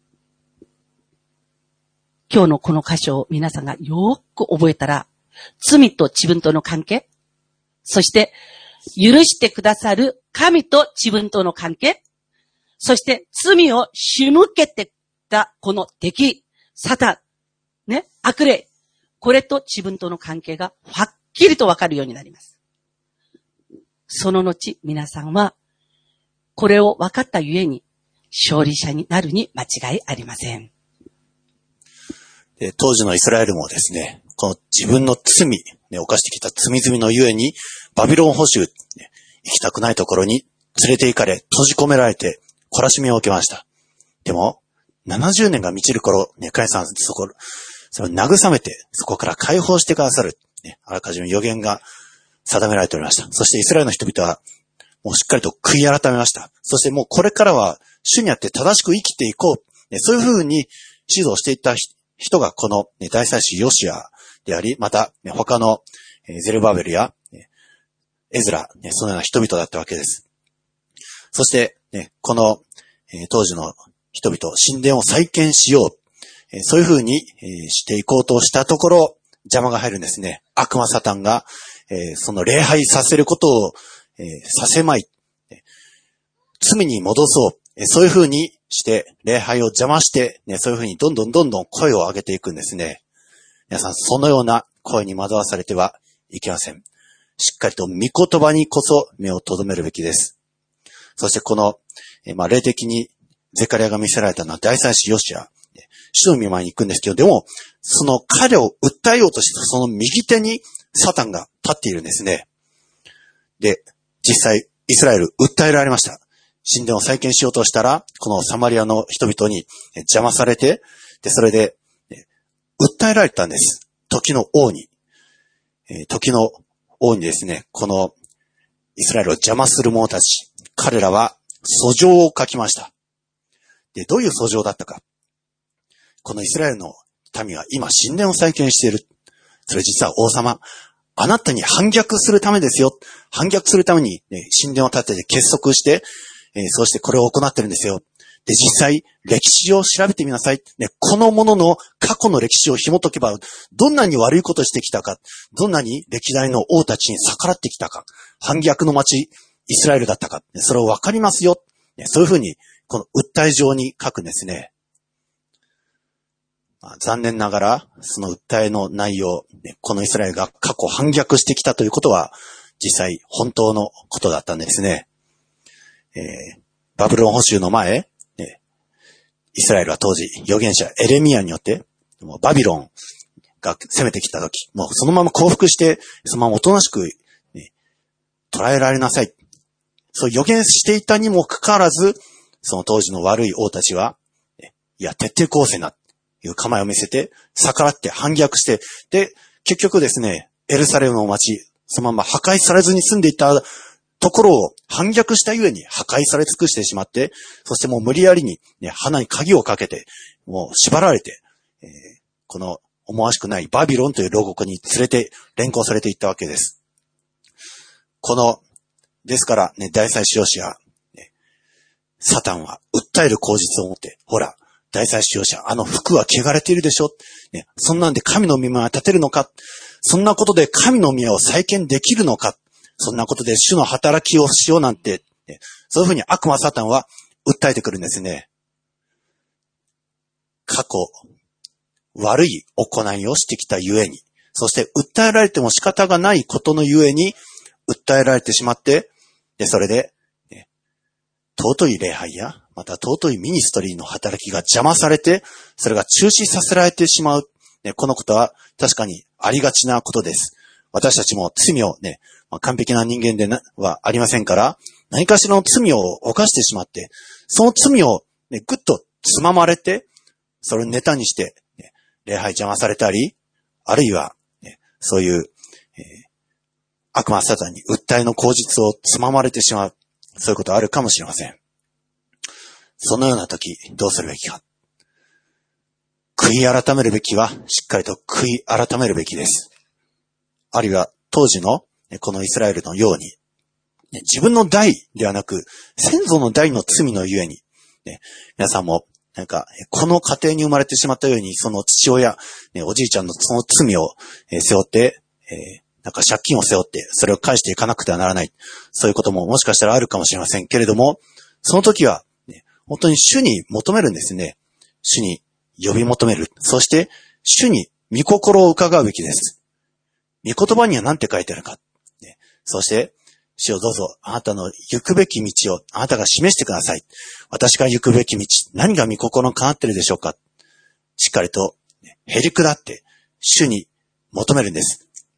今日のこの箇所を皆さんがよく覚えたら、罪と自分との関係、そして許してくださる神と自分との関係、そして罪を仕向けてたこの敵、サタン、ね、悪霊、これと自分との関係がはっきりとわかるようになります。その後、皆さんは、これを分かったゆえに、勝利者になるに間違いありません。 当時のイスラエルもですね、この自分の罪、ね、犯してきた罪々のゆえに、バビロン捕囚、ね、行きたくないところに連れて行かれ、閉じ込められて、懲らしめを受けました。でも、70年が満ちる頃、ね、神様それを慰めて、そこから解放してくださる、ね、あらかじめ予言が定められておりました。そしてイスラエルの人々は、もうしっかりと悔い改めました。そしてもうこれからは、主にあって正しく生きていこう。ね、そういうふうに指導していった人がこの、ね、大祭司ヨシアであり、また、ね、他の、ゼルバベルや、ね、エズラ、ね、そのような人々だったわけです。そして、ね、この、当時の人々、神殿を再建しよう。そういうふうに、していこうとしたところ、邪魔が入るんですね。悪魔サタンが、その礼拝させることを、させまい。罪に戻そう。そういうふうにして、礼拝を邪魔して、ね、そういうふうにどんどん声を上げていくんですね。皆さん、そのような声に惑わされてはいけません。しっかりと御言葉にこそ目を留めるべきです。そしてこの、霊的にゼカリヤが見せられたのは大祭司ヨシア。主の御前に行くんですけど、でも、その彼を訴えようとしてその右手にサタンが立っているんですね。で、実際、イスラエル訴えられました。神殿を再建しようとしたら、このサマリアの人々に邪魔されて、で、それで、訴えられたんです。時の王に。時の王にですね、このイスラエルを邪魔する者たち、彼らは訴状を書きました。で、どういう訴状だったか。このイスラエルの民は今神殿を再建している。それ実は王様、あなたに反逆するためですよ。反逆するために、ね、神殿を建てて結束して、そうしてこれを行ってるんですよ。で、実際、歴史を調べてみなさい。ね、このものの過去の歴史を紐解けば、どんなに悪いことしてきたか、どんなに歴代の王たちに逆らってきたか、反逆の町、イスラエルだったか、ね、それをわかりますよ。ね、そういうふうに、この訴え状に書くんですね。残念ながら、その訴えの内容、このイスラエルが過去反逆してきたということは、実際本当のことだったんですね。バブロン捕囚の前、イスラエルは当時預言者エレミヤによって、バビロンが攻めてきたとき、もうそのまま降伏して、そのままおとなしく、捉えられなさい。そう予言していたにもかかわらず、その当時の悪い王たちは、いや、徹底抗戦だという構えを見せて、逆らって反逆して、で、結局ですね、エルサレムの町、そのまま破壊されずに住んでいたところを反逆したゆえに破壊され尽くしてしまって、そしてもう無理やりに、ね、鼻に鍵をかけて、もう縛られて、この思わしくないバビロンという牢獄に連れて連行されていったわけです。ですからね、大祭司ヨシア、ね、サタンは訴える口実を持って、ほら、大祭司ヨシア、あの服は汚れているでしょ、ね、そんなんで神の御前は立てるのか、そんなことで神の宮を再建できるのか、そんなことで主の働きをしようなんて、ね、そういうふうに悪魔サタンは訴えてくるんですね。過去、 悪い行いをしてきたゆえに、そして訴えられても仕方がないことのゆえに、訴えられてしまって、で、それで、尊い礼拝や、また尊いミニストリーの働きが邪魔されて、それが中止させられてしまう。このことは確かにありがちなことです。私たちも罪をね、完璧な人間ではありませんから、何かしらの罪を犯してしまって、その罪をね、ぐっとつままれて、それをネタにして、ね、礼拝邪魔されたり、あるいは、ね、そういう、悪魔サタンに訴えの口実をつままれてしまう。そういうことあるかもしれません。そのような時、どうするべきか。悔い改めるべきは、しっかりと悔い改めるべきです。あるいは、当時の、このイスラエルのように、自分の代ではなく、先祖の代の罪のゆえに、皆さんも、この家庭に生まれてしまったように、その父親、おじいちゃんのその罪を背負って、借金を背負って、それを返していかなくてはならない。そういうことももしかしたらあるかもしれませんけれども、その時は、本当に主に求めるんですね。主に呼び求める。そして、主に御心を伺うべきです。御言葉には何て書いてあるか。そして、主よどうぞ、あなたの行くべき道をあなたが示してください。私が行くべき道、何が御心にかなっているでしょうか。しっかりと、へり下って、主に求めるんです。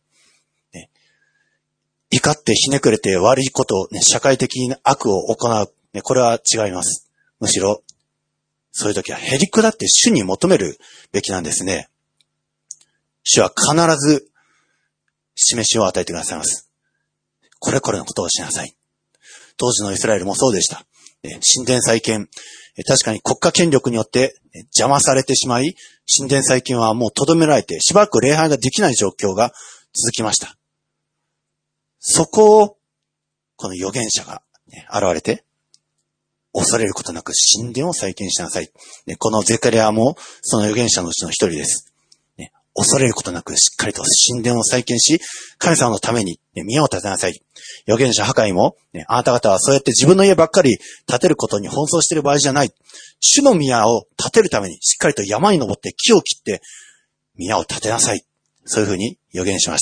怒ってひねくれて悪いことを、社会的に悪を行う。これは違います。むしろ、そういう時はへり下って主に求めるべきなんですね。主は必ず示しを与えてくださいます。これこれのことをしなさい。当時のイスラエルもそうでした。神殿再建。確かに国家権力によって邪魔されてしまい、神殿再建はもう留められて、しばらく礼拝ができない状況が続きました。そこを、この預言者が現れて、恐れることなく神殿を再建しなさい。このゼカリアもその預言者のうちの一人です。恐れることなくしっかりと神殿を再建し、神様のために宮を建てなさい。預言者ハカイも、あなた方はそうやって自分の家ばっかり建てることに奔走している場合じゃない。主の宮を建てるためにしっかりと山に登って木を切って宮を建てなさい。そういうふうに預言しました。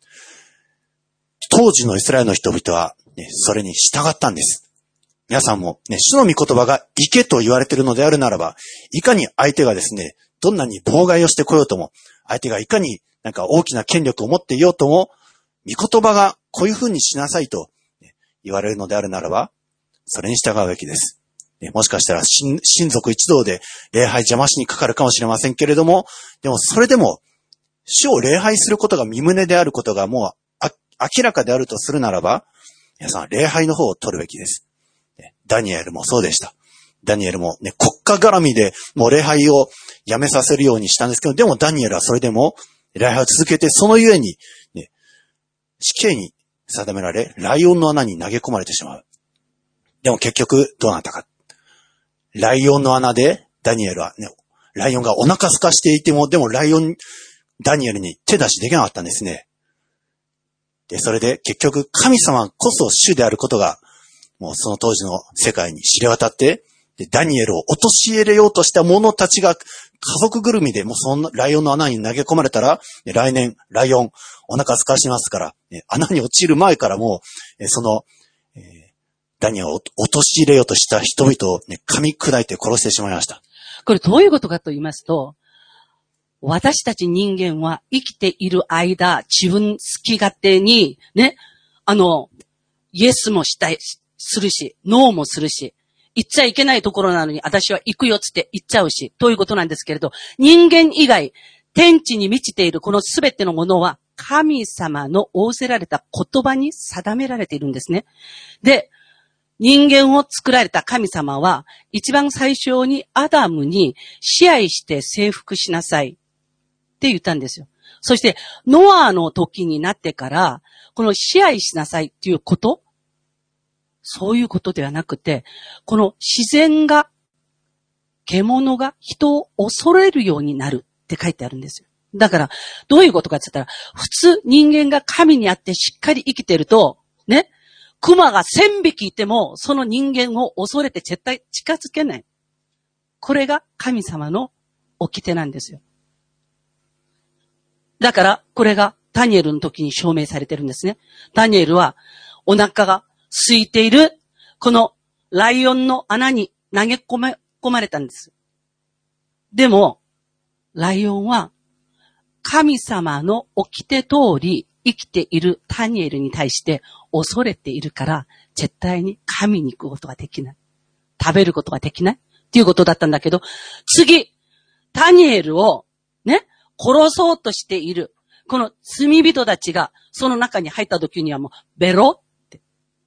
当時のイスラエルの人々は、それに従ったんです。皆さんも、主の御言葉が行けと言われているのであるならば、いかに相手がですね、どんなに妨害をしてこようとも、相手がいかに大きな権力を持っていようとも、御言葉がこういうふうにしなさいと言われるのであるならば、それに従うべきです。もしかしたら親族一同で礼拝邪魔しにかかるかもしれませんけれども、でもそれでも、主を礼拝することが身旨であることがもう明らかであるとするならば、皆さん礼拝の方を取るべきです。ダニエルもそうでした。ダニエルも国家絡みでもう礼拝をやめさせるようにしたんですけど、でもダニエルはそれでも礼拝を続けて、そのゆえに、死刑に定められ、ライオンの穴に投げ込まれてしまう。でも結局どうなったか。ライオンの穴でダニエルはライオンがお腹空かしていても、でもダニエルに手出しできなかったんですね。で、それで結局神様こそ主であることが、もうその当時の世界に知れ渡って、で、ダニエルを陥れようとした者たちが家族ぐるみでもうそのライオンの穴に投げ込まれたら、来年ライオンお腹空かしますから、穴に落ちる前からもう、ダニエルを陥れようとした人々を噛み砕いて殺してしまいました。 これどういうことかと言いますと、私たち人間は生きている間、自分好き勝手に、イエスもするし、ノーもするし、行っちゃいけないところなのに私は行くよつって行っちゃうし、ということなんですけれど、人間以外、天地に満ちているこのすべてのものは、神様の仰せられた言葉に定められているんですね。で、人間を作られた神様は、一番最初にアダムに支配して征服しなさいって言ったんですよ。そして、ノアの時になってから、この支配しなさいっていうこと、そういうことではなくて、この自然が、獣が人を恐れるようになるって書いてあるんですよ。だから、どういうことかって言ったら、普通人間が神にあってしっかり生きてると、熊が1000匹いても、その人間を恐れて絶対近づけない。これが神様の掟なんですよ。 だから、これがダニエルの時に証明されてるんですね。ダニエルは、お腹が空いている、このライオンの穴に投げ込まれたんです。でも、ライオンは、神様の掟通り生きているダニエルに対して恐れているから、絶対に噛みに行くことができない。食べることができないっていうことだったんだけど、次、ダニエルをね、殺そうとしている、この罪人たちがその中に入った時にはもう、ベロって、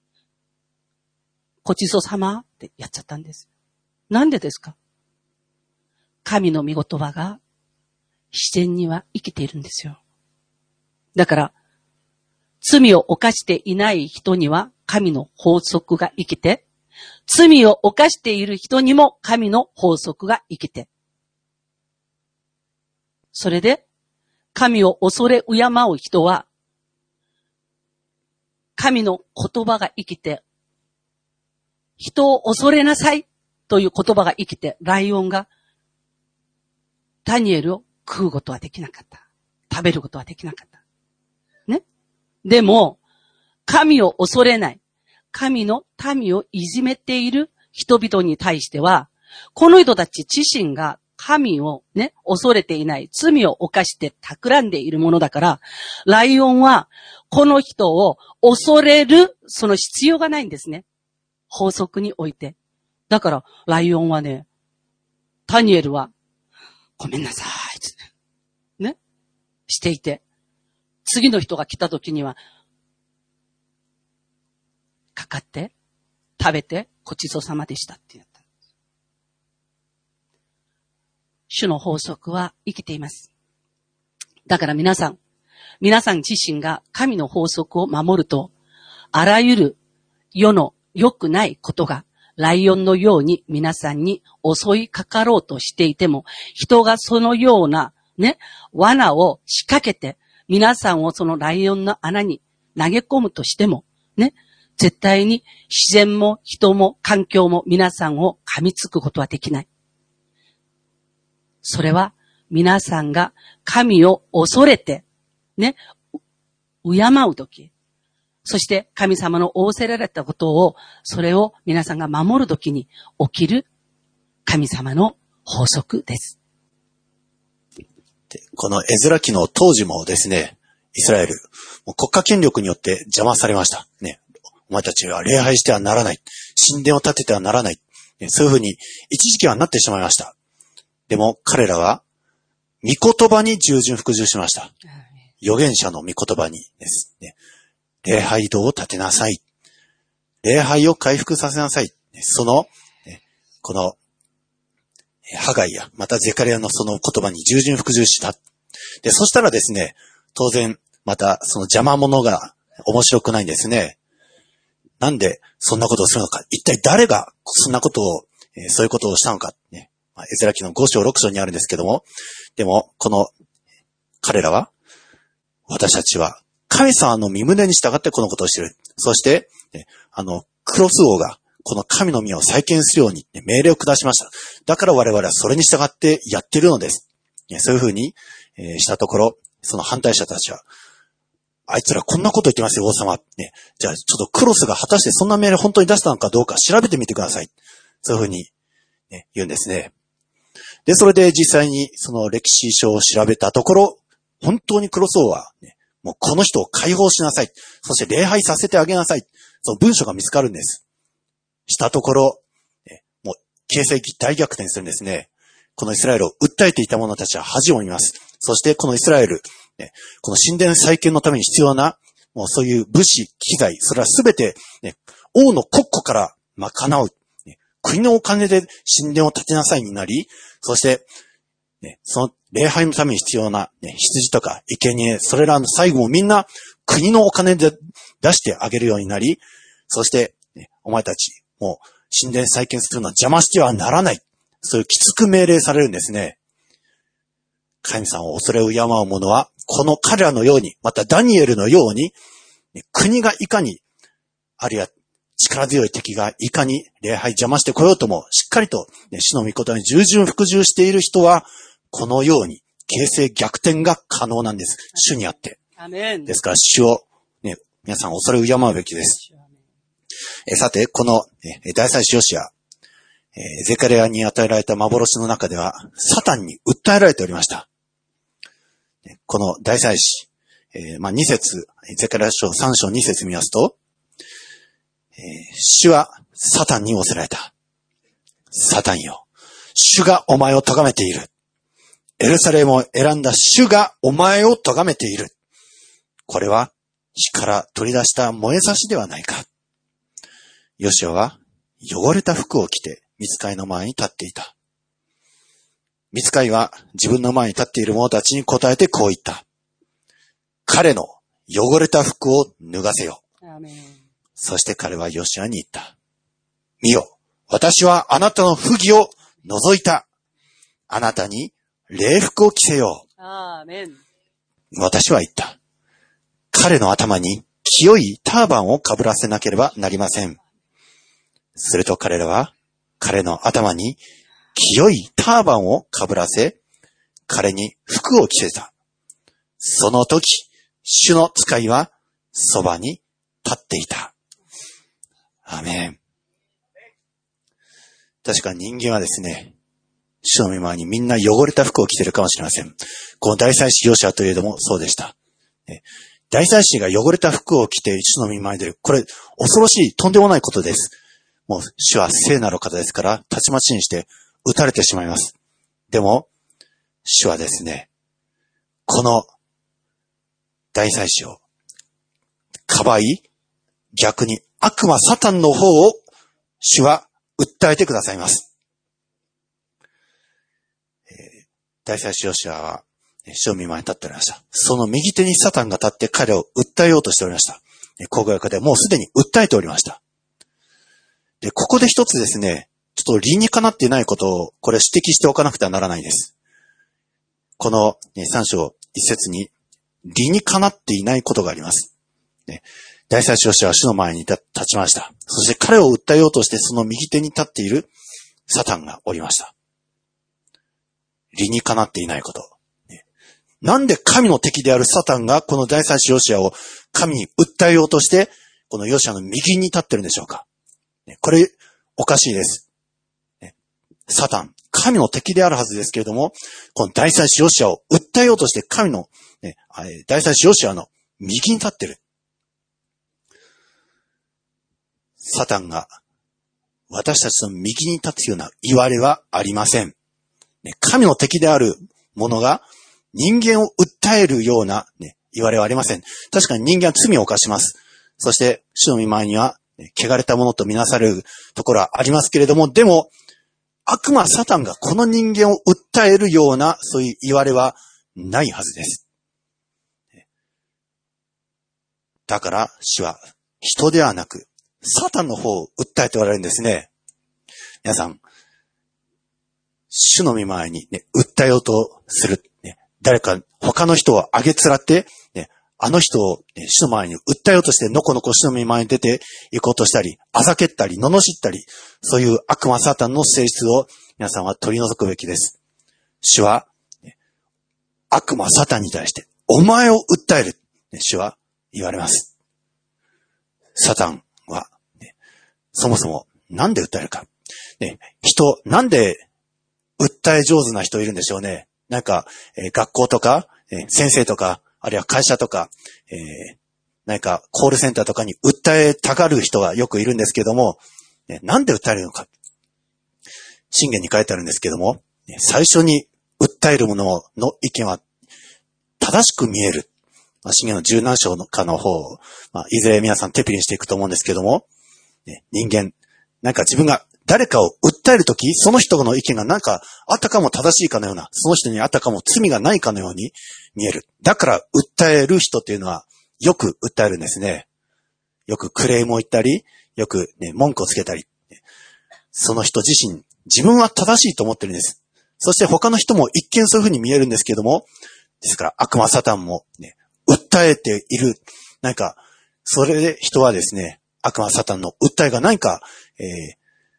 ごちそうさまってやっちゃったんです。なんでですか？神の御言葉が自然には生きているんですよ。だから、罪を犯していない人には神の法則が生きて、罪を犯している人にも神の法則が生きて。それで、神を恐れ敬う人は、神の言葉が生きて、人を恐れなさいという言葉が生きて、ライオンがダニエルを食うことはできなかった。食べることはできなかった。ね。でも、神を恐れない、神の民をいじめている人々に対しては、この人たち自身が神をね、恐れていない、罪を犯して企んでいるものだから、ライオンはこの人を恐れる、その必要がないんですね。法則において。だから、ライオンはね、ダニエルは、ごめんなさい、ね、していて、次の人が来た時には、かかって、食べて、ごちそうさまでしたって言った。主の法則は生きています。だから皆さん自身が神の法則を守ると、あらゆる世の良くないことが、ライオンのように皆さんに襲いかかろうとしていても、人がそのようなね、罠を仕掛けて、皆さんをそのライオンの穴に投げ込むとしても、ね、絶対に自然も人も環境も皆さんを噛みつくことはできない。それは皆さんが神を恐れて、ね、敬うとき、そして神様の仰せられたことを、それを皆さんが守るときに起きる神様の法則です。 このエズラ記の当時もですね、イスラエル、国家権力によって邪魔されました。ね、お前たちは礼拝してはならない。神殿を建ててはならない。ね、そういうふうに一時期はなってしまいました。でも彼らは、御言葉に従順服従しました。預言者の御言葉にですね。礼拝堂を建てなさい。礼拝を回復させなさい。その、この、ハガイや、またゼカリアのその言葉に従順服従した。で、そしたらですね、当然、またその邪魔者が面白くないんですね。なんでそんなことをするのか。一体誰がそんなことを、そういうことをしたのか。ね、エゼラ記の5章6章にあるんですけども、でも、この、彼らは、私たちは、神様の御胸に従ってこのことをしている。そして、クロス王が、この神の御を再建するように命令を下しました。だから我々はそれに従ってやっているのです。そういうふうにしたところ、その反対者たちは、あいつらこんなこと言ってますよ、王様。ね、じゃあちょっとクロスが果たしてそんな命令本当に出したのかどうか調べてみてください。そういうふうに、ね、言うんですね。で、それで実際にその歴史書を調べたところ、本当にクロス王は、ね、もうこの人を解放しなさい。そして礼拝させてあげなさい。その文書が見つかるんです。したところ、もう形勢大逆転するんですね。このイスラエルを訴えていた者たちは恥を見ます。そしてこのイスラエル、この神殿再建のために必要な、もうそういう物資、機材、それはすべて、王の国庫から賄う、国のお金で神殿を建てなさいになり、そして、その礼拝のために必要な、羊とか生贄、それらの最後もみんな国のお金で出してあげるようになり、そして、お前たち、もう神殿再建するのは邪魔してはならない。そういうきつく命令されるんですね。神様を恐れ敬う者は、この彼らのように、またダニエルのように、国がいかに、あるいは力強い敵がいかに礼拝邪魔してこようとも、しっかりと、主の御言葉に従順服従している人は、このように形勢逆転が可能なんです。主にあって。 アメン。 ですから主を、ね、皆さん恐れ敬うべきです。さて、この、大祭司ヨシア、ゼカリヤに与えられた幻の中では、サタンに訴えられておりました。この大祭司、2節、ゼカリヤ書3章2節見ますと、主はサタンに仰せられた。サタンよ、主がお前を咎めている。エルサレムを選んだ主がお前を咎めている。これは火から取り出した燃え差しではないか。ヨシュアは汚れた服を着て御使いの前に立っていた。御使いは自分の前に立っている者たちに答えてこう言った。彼の汚れた服を脱がせよ。 アメン。 そして彼はヨシュアに言った。見よ、私はあなたの不義を除いた。あなたに礼服を着せよう。 アメン。 私は言った。彼の頭に清いターバンをかぶらせなければなりません。すると彼らは彼の頭に清いターバンをかぶらせ、彼に服を着せた。その時、主の使いはそばに立っていた。アメン。確か人間はですね、主の御前にみんな汚れた服を着ているかもしれません。この大祭司ヨシュアといえどもそうでした。大祭司が汚れた服を着て主の御前に出る。これ恐ろしい、とんでもないことです。もう主は聖なる方ですから、たちまちにして撃たれてしまいます。でも、主はですね、この大祭司をかばい、逆に悪魔サタンの方を主は訴えてくださいます。大祭司ヨシュアは主の御前に立っておりました。その右手にサタンが立って彼を訴えようとしておりました。口語訳でもうすでに訴えておりました。で、ここで一つですね、ちょっと理にかなっていないことをこれ指摘しておかなくてはならないんです。この3章1節に理にかなっていないことがあります。大祭司ヨシュアは主の前に立ちました。そして彼を訴えようとしてその右手に立っているサタンがおりました。理にかなっていないこと。なんで神の敵であるサタンがこの大祭司ヨシュアを神に訴えようとしてこのヨシュアの右に立ってるんでしょうか。これおかしいです。サタン、神の敵であるはずですけれども、この大祭司ヨシュアを訴えようとして神の、大祭司ヨシュアの右に立ってる。サタンが私たちの右に立つような言われはありません。神の敵であるものが人間を訴えるような、言われはありません。確かに人間は罪を犯します。そして主の御前には汚れたものとみなされるところはありますけれども、でも悪魔サタンがこの人間を訴えるようなそういう言われはないはずです。だから主は人ではなくサタンの方を訴えておられるんですね。皆さん、主の御前に、訴えようとする、誰か他の人をあげつらって、あの人を、主の前に訴えようとしてのこのこ主の御前に出て行こうとしたり、あざけったり、罵ったり、そういう悪魔サタンの性質を皆さんは取り除くべきです。主は、悪魔サタンに対して、お前を訴える、主は言われます。サタンは、そもそもなんで訴えるか。なんで訴え上手な人いるんでしょうね。なんか、学校とか、先生とか、あるいは会社とか、なんかコールセンターとかに訴えたがる人がよくいるんですけども、なんで訴えるのか。箴言に書いてあるんですけども、最初に訴える者の意見は正しく見える。箴言の十何章かの方を、いずれ皆さん手ピリにしていくと思うんですけども、人間、なんか自分が誰かを訴えるとき、その人の意見がなんかあったかも正しいかのような、その人にあったかも罪がないかのように見える。だから訴える人っていうのはよく訴えるんですね。よくクレームを言ったり、よく文句をつけたり。その人自身、自分は正しいと思ってるんです。そして他の人も一見そういうふうに見えるんですけども、ですから悪魔サタンも訴えている。なんか、それで人はですね、悪魔サタンの訴えが何か、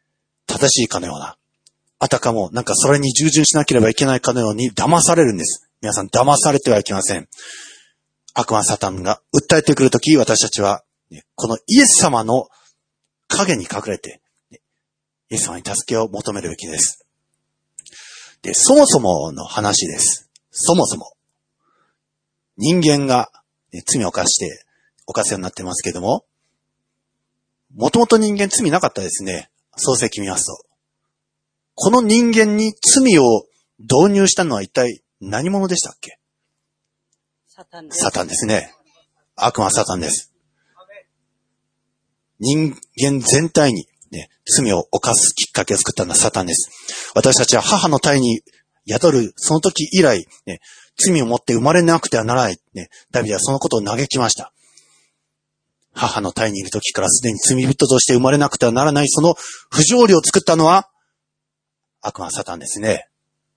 正しいかのような、あたかもなんかそれに従順しなければいけないかのように騙されるんです。 皆さん騙されてはいけません。悪魔サタンが訴えてくるとき、私たちは、このイエス様の影に隠れて、イエス様に助けを求めるべきです。で、そもそもの話です。そもそも。人間が、罪を犯すようになってますけども、もともと人間罪なかったですね。創世記見ますと。この人間に罪を導入したのは一体何者でしたっけ？ サタンです。 サタンですね。悪魔サタンです。人間全体に、罪を犯すきっかけを作ったのはサタンです。私たちは母の胎に宿るその時以来、罪を持って生まれなくてはならない。ダビデはそのことを嘆きました。母の胎にいる時からすでに罪人として生まれなくてはならないその不条理を作ったのは悪魔サタンですね。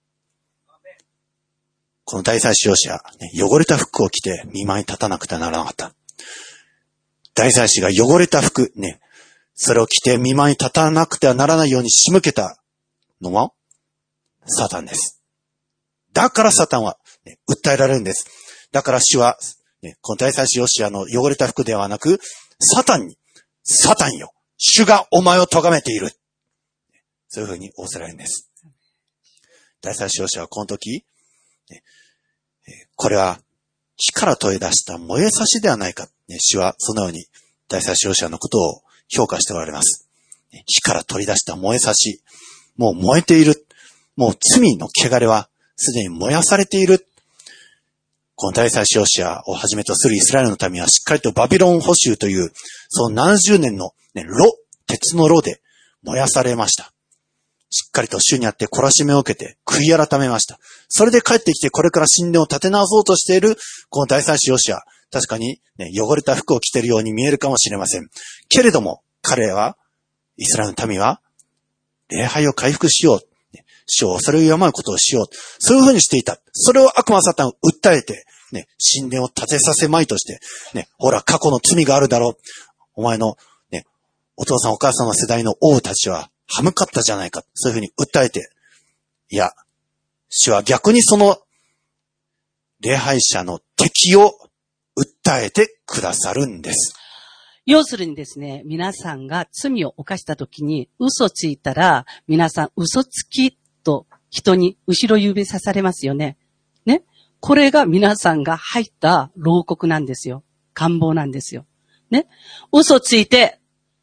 この大祭司ヨシア、汚れた服を着て見舞いに立たなくてはならなかった。大祭司が汚れた服、それを着て見舞いに立たなくてはならないように仕向けたのはサタンです。だからサタンは、訴えられるんです。だから主は、この大祭司ヨシアの汚れた服ではなく、サタンよ、主がお前を咎めている。そういうふうに仰せられるんです。大祭司ヨシアはこの時、これは火から取り出した燃えさしではないか。主はそのように大祭司ヨシアのことを評価しておられます。火から取り出した燃えさし。もう燃えている。もう罪の汚れはすでに燃やされている。この大祭司ヨシアをはじめとするイスラエルの民はしっかりとバビロン捕囚という、その70年の鉄の炉で燃やされました。しっかりと主にあって懲らしめを受けて悔い改めました。それで帰ってきてこれから神殿を建て直そうとしているこの大祭司ヨシア。確かに、汚れた服を着ているように見えるかもしれません。けれども彼は、イスラエルの民は礼拝を回復しよう。主を恐れ敬うことをしよう。そういうふうにしていた。それを悪魔サタンを訴えて、神殿を建てさせまいとして、ほら過去の罪があるだろう。お前の、お父さんお母さんの世代の王たちは歯向かったじゃないか。そういうふうに訴えて、いや、主は逆にその礼拝者の敵を訴えてくださるんです。 要するにですね、皆さんが罪を犯したときに嘘ついたら、皆さん嘘つきと人に後ろ指さされますよね。ね。これが皆さんが入った牢獄なんですよ。官房なんですよ。ね。嘘ついて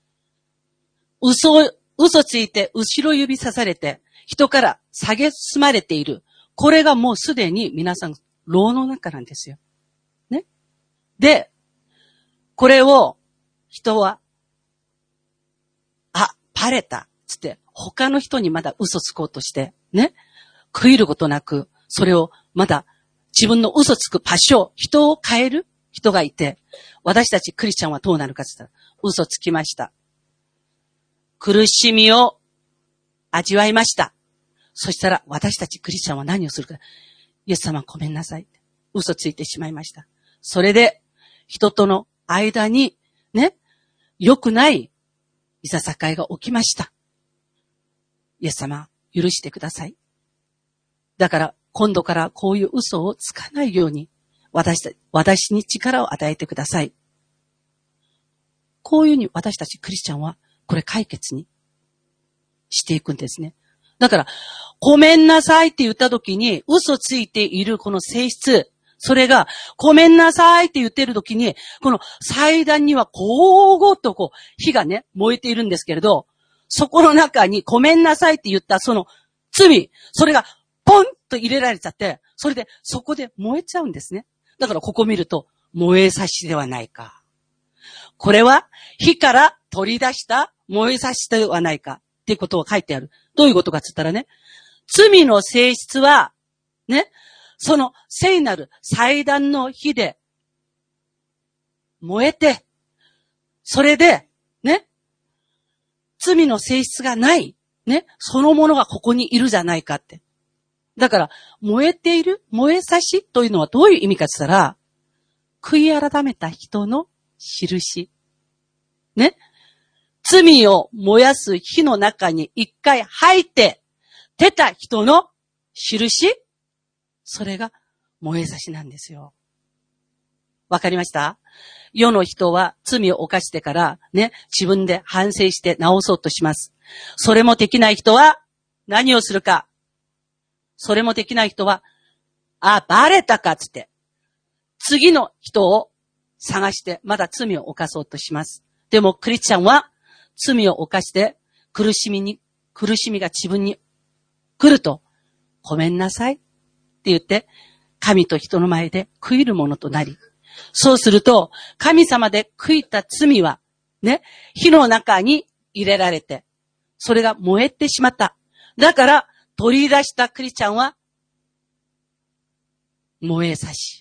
後ろ指さされて、人から蔑まれている。これがもうすでに皆さん、牢の中なんですよ。ね。で、これを、人は、バレた。つって、他の人にまだ嘘つこうとして、ね。悔いることなく、それをまだ自分の嘘つく場所、人を変える人がいて、私たちクリスチャンはどうなるかって言ったら、嘘つきました。苦しみを味わいました。そしたら私たちクリスチャンは何をするか。イエス様ごめんなさい。嘘ついてしまいました。それで人との間にね、良くないいささかいが起きました。イエス様許してください。だから今度からこういう嘘をつかないように私に力を与えてください。こういうふうに私たちクリスチャンはこれ解決にしていくんですね。だから、ごめんなさいって言った時に嘘ついているこの性質、それがごめんなさいって言ってる時に、この祭壇にはこうごと火がね、燃えているんですけれど、そこの中にごめんなさいって言ったその罪、それがポンと入れられちゃって、それでそこで燃えちゃうんですね。だからここ見ると、燃えさしではないか。これは火から取り出した燃えさしではないかっていうことを書いてある。どういうことかって言ったらね、罪の性質は、ね、その聖なる祭壇の火で燃えて、それで、ね、罪の性質がない、ね、そのものがここにいるじゃないかって。だから、燃えている、燃えさしというのはどういう意味かって言ったら、悔い改めた人の印。ね。罪を燃やす火の中に一回入って出た人の印。それが燃え差しなんですよ。わかりました？世の人は罪を犯してからね、自分で反省して直そうとします。それもできない人は何をするか。それもできない人は、バレたかつって、次の人を探してまだ罪を犯そうとします。でもクリスチャンは罪を犯して苦しみが自分に来ると、ごめんなさいって言って、神と人の前で悔いるものとなり、そうすると、神様で悔いた罪は、ね、火の中に入れられて、それが燃えてしまった。だから、取り出したクリスチャンは、燃え差し。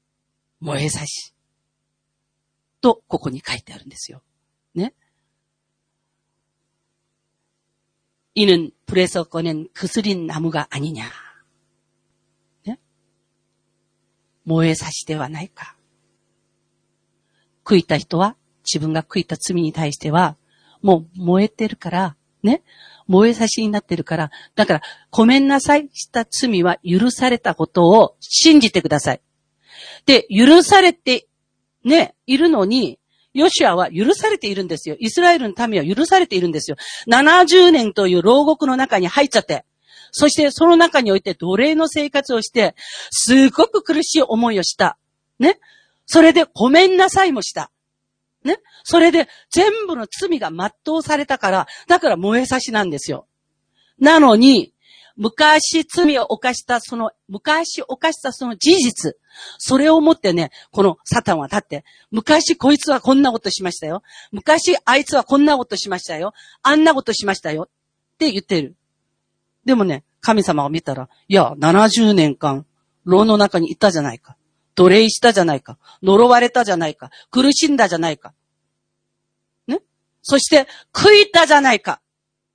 と、ここに書いてあるんですよ。ね。이는 불에서 꺼낸 그스린 나무가 아니냐. 네? 燃え差しではないか。悔いた人は、自分が悔いた罪に対しては、もう燃えてるから、ね。燃え差しになってるから、だから、ごめんなさいした罪は許されたことを信じてください。で、許されて、ね、いるのに、ヨシュアは許されているんですよ。イスラエルの民は許されているんですよ。70年という牢獄の中に入っちゃって、そしてその中において奴隷の生活をして、すごく苦しい思いをした。ね。それでごめんなさいもした。ね。それで全部の罪が全うされたから、だから燃え差しなんですよ。なのに、昔罪を犯したその事実、それをもってね、このサタンは立って、昔こいつはこんなことしましたよ。昔あいつはこんなことしましたよ。あんなことしましたよ。って言ってる。でもね、神様が見たら、いや、70年間、牢の中にいたじゃないか。奴隷したじゃないか。呪われたじゃないか。苦しんだじゃないか。ね。そして、悔いたじゃないか。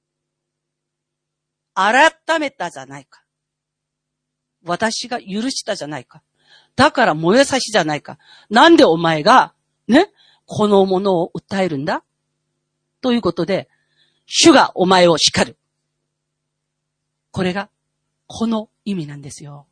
改めたじゃないか。私が許したじゃないか。だから燃え差しじゃないか。なんでお前が、ね、このものを訴えるんだ？ということで、主がお前を叱る。これが、この意味なんですよ。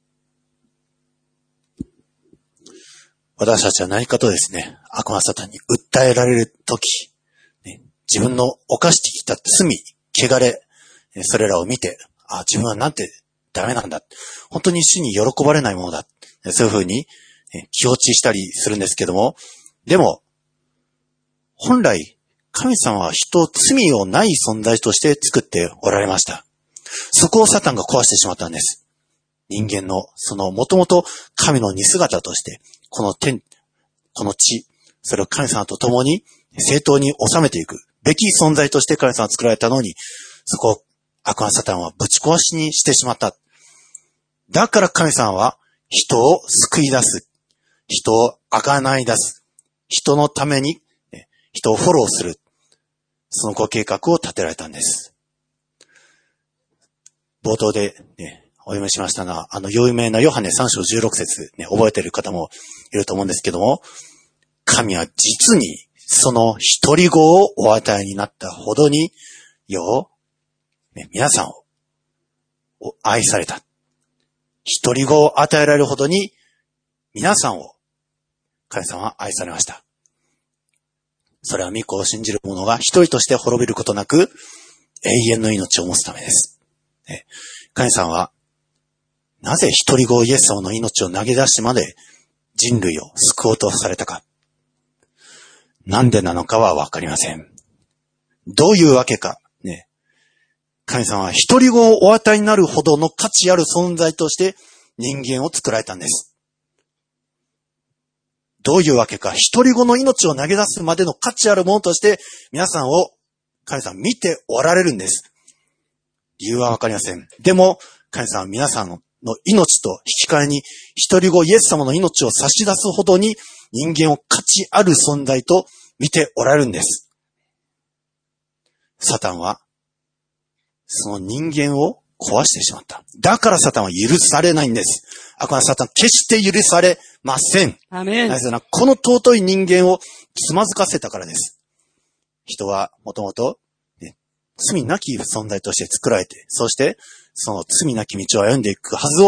私たちは何かとですね、悪魔サタンに訴えられるとき、ね、自分の犯してきた罪、汚れ、それらを見て、自分はなんてダメなんだ。本当に主に喜ばれないものだ。そういうふうに気落ちしたりするんですけども、でも、本来、神様は人を罪をない存在として作っておられました。そこをサタンが壊してしまったんです。人間の、もともと神の似姿として、この地、それを神様と共に正当に収めていくべき存在として神様は作られたのに、そこを悪魔サタンはぶち壊しにしてしまった。だから神様は人を救い出す。人を贖い出す。人のために人をフォローする。そのご計画を立てられたんです。冒頭で、お読みしましたが、有名なヨハネ3章16節、覚えている方もいると思うんですけども、神は実にその一人子をお与えになったほどに、皆さんを愛された。一人子を与えられるほどに、皆さんを神様は愛されました。それは御子を信じる者が一人として滅びることなく、永遠の命を持つためです。神様は、なぜ一人子イエス様の命を投げ出してまで人類を救おうとされたか。なんでなのかはわかりません。どういうわけか。神様は一人子をお与えになるほどの価値ある存在として人間を作られたんです。どういうわけか、一人子の命を投げ出すまでの価値あるものとして皆さんを神様見ておられるんです。理由はわかりません。でも神様は皆さんの命と引き換えに一人子イエス様の命を差し出すほどに人間を価値ある存在と見ておられるんです。サタンはその人間を壊してしまった。だからサタンは許されないんです。悪魔サタン決して許されません。 アメン。 なぜならこの尊い人間をつまずかせたからです。人はもともと罪なき存在として作られて、そしてその罪なき道を歩んでいくはずを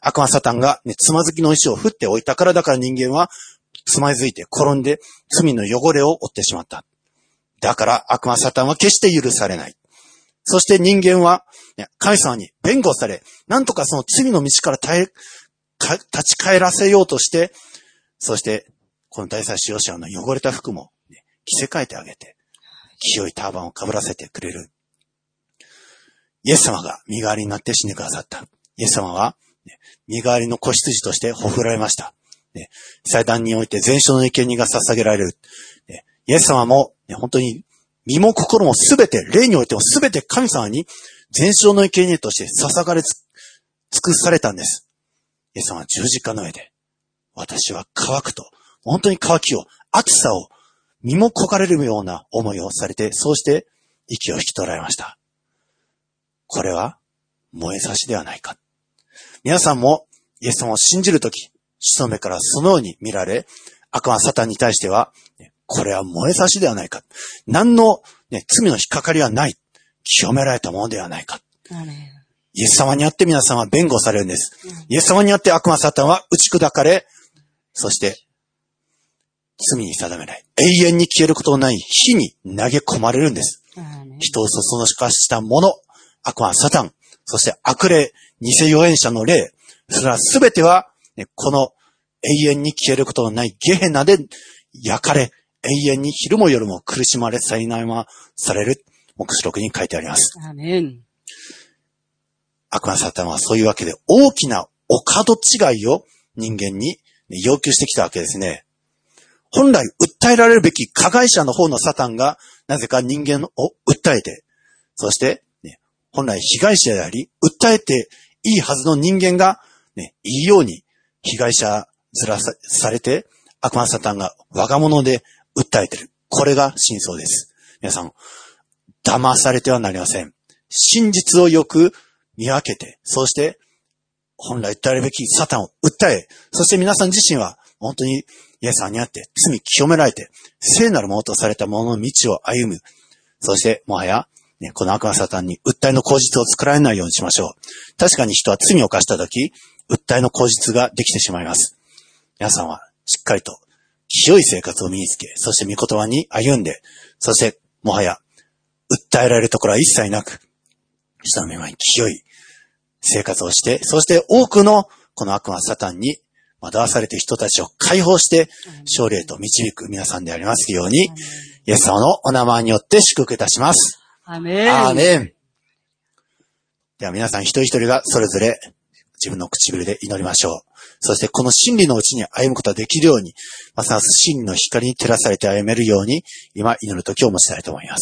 悪魔サタンが、つまずきの石を振っておいたからだから人間はつまずいて転んで罪の汚れを負ってしまった。だから悪魔サタンは決して許されない。そして人間は神様に弁護され、なんとかその罪の道から立ち返らせようとして、そしてこの大祭司ヨシュアの汚れた服も着せ替えてあげて、清いターバンを被らせてくれる。イエス様が身代わりになって死んでくださった。イエス様は身代わりの子羊としてほふられました。祭壇において全焼の生贄が捧げられる。イエス様も本当に身も心もすべて、霊においてもすべて神様に全焼の生贄として捧がれ尽くされたんです。イエス様は十字架の上で、私は乾くと、本当に乾きを、暑さを、身も焦がれるような思いをされて、そうして息を引き取られました。これは燃えさしではないか。皆さんもイエス様を信じるとき、主の目からそのように見られ、悪魔サタンに対しては、これは燃えさしではないか。何の、罪の引っかかりはない。清められたものではないか。イエス様にあって皆さんは弁護されるんです。イエス様にあって悪魔サタンは打ち砕かれ、そして罪に定めない。永遠に消えることのない火に投げ込まれるんです。人をそそのかしたもの、悪魔サタン、そして悪霊、偽預言者の霊、それはすべては、この永遠に消えることのないゲヘナで焼かれ、永遠に昼も夜も苦しまれ、さいなまされる、黙示録に書いてあります。 アーメン。 悪魔サタンはそういうわけで大きなお門違いを人間に要求してきたわけですね。本来訴えられるべき加害者の方のサタンがなぜか人間を訴えて、そして本来被害者であり、訴えていいはずの人間がいいように被害者ずらされて、悪魔サタンが我が物で訴えている。これが真相です。皆さん、騙されてはなりません。真実をよく見分けて、そして本来訴えるべきサタンを訴え、そして皆さん自身は本当にイエス様にあって罪清められて、聖なるものとされたものの道を歩む。そしてもはや、この悪魔サタンに訴えの口実を作られないようにしましょう。確かに人は罪を犯したとき、訴えの口実ができてしまいます。皆さんはしっかりと清い生活を身につけ、そして御言葉に歩んで、そしてもはや訴えられるところは一切なく、主の御前に清い生活をして、そして多くのこの悪魔サタンに惑わされている人たちを解放して、勝利へと導く皆さんでありますように、イエス様のお名前によって祝福いたします。 アーメン。 アーメン。では皆さん一人一人がそれぞれ自分の唇で祈りましょう。そしてこの真理のうちに歩むことができるように、ますます真理の光に照らされて歩めるように、今祈る時を持ちたいと思います。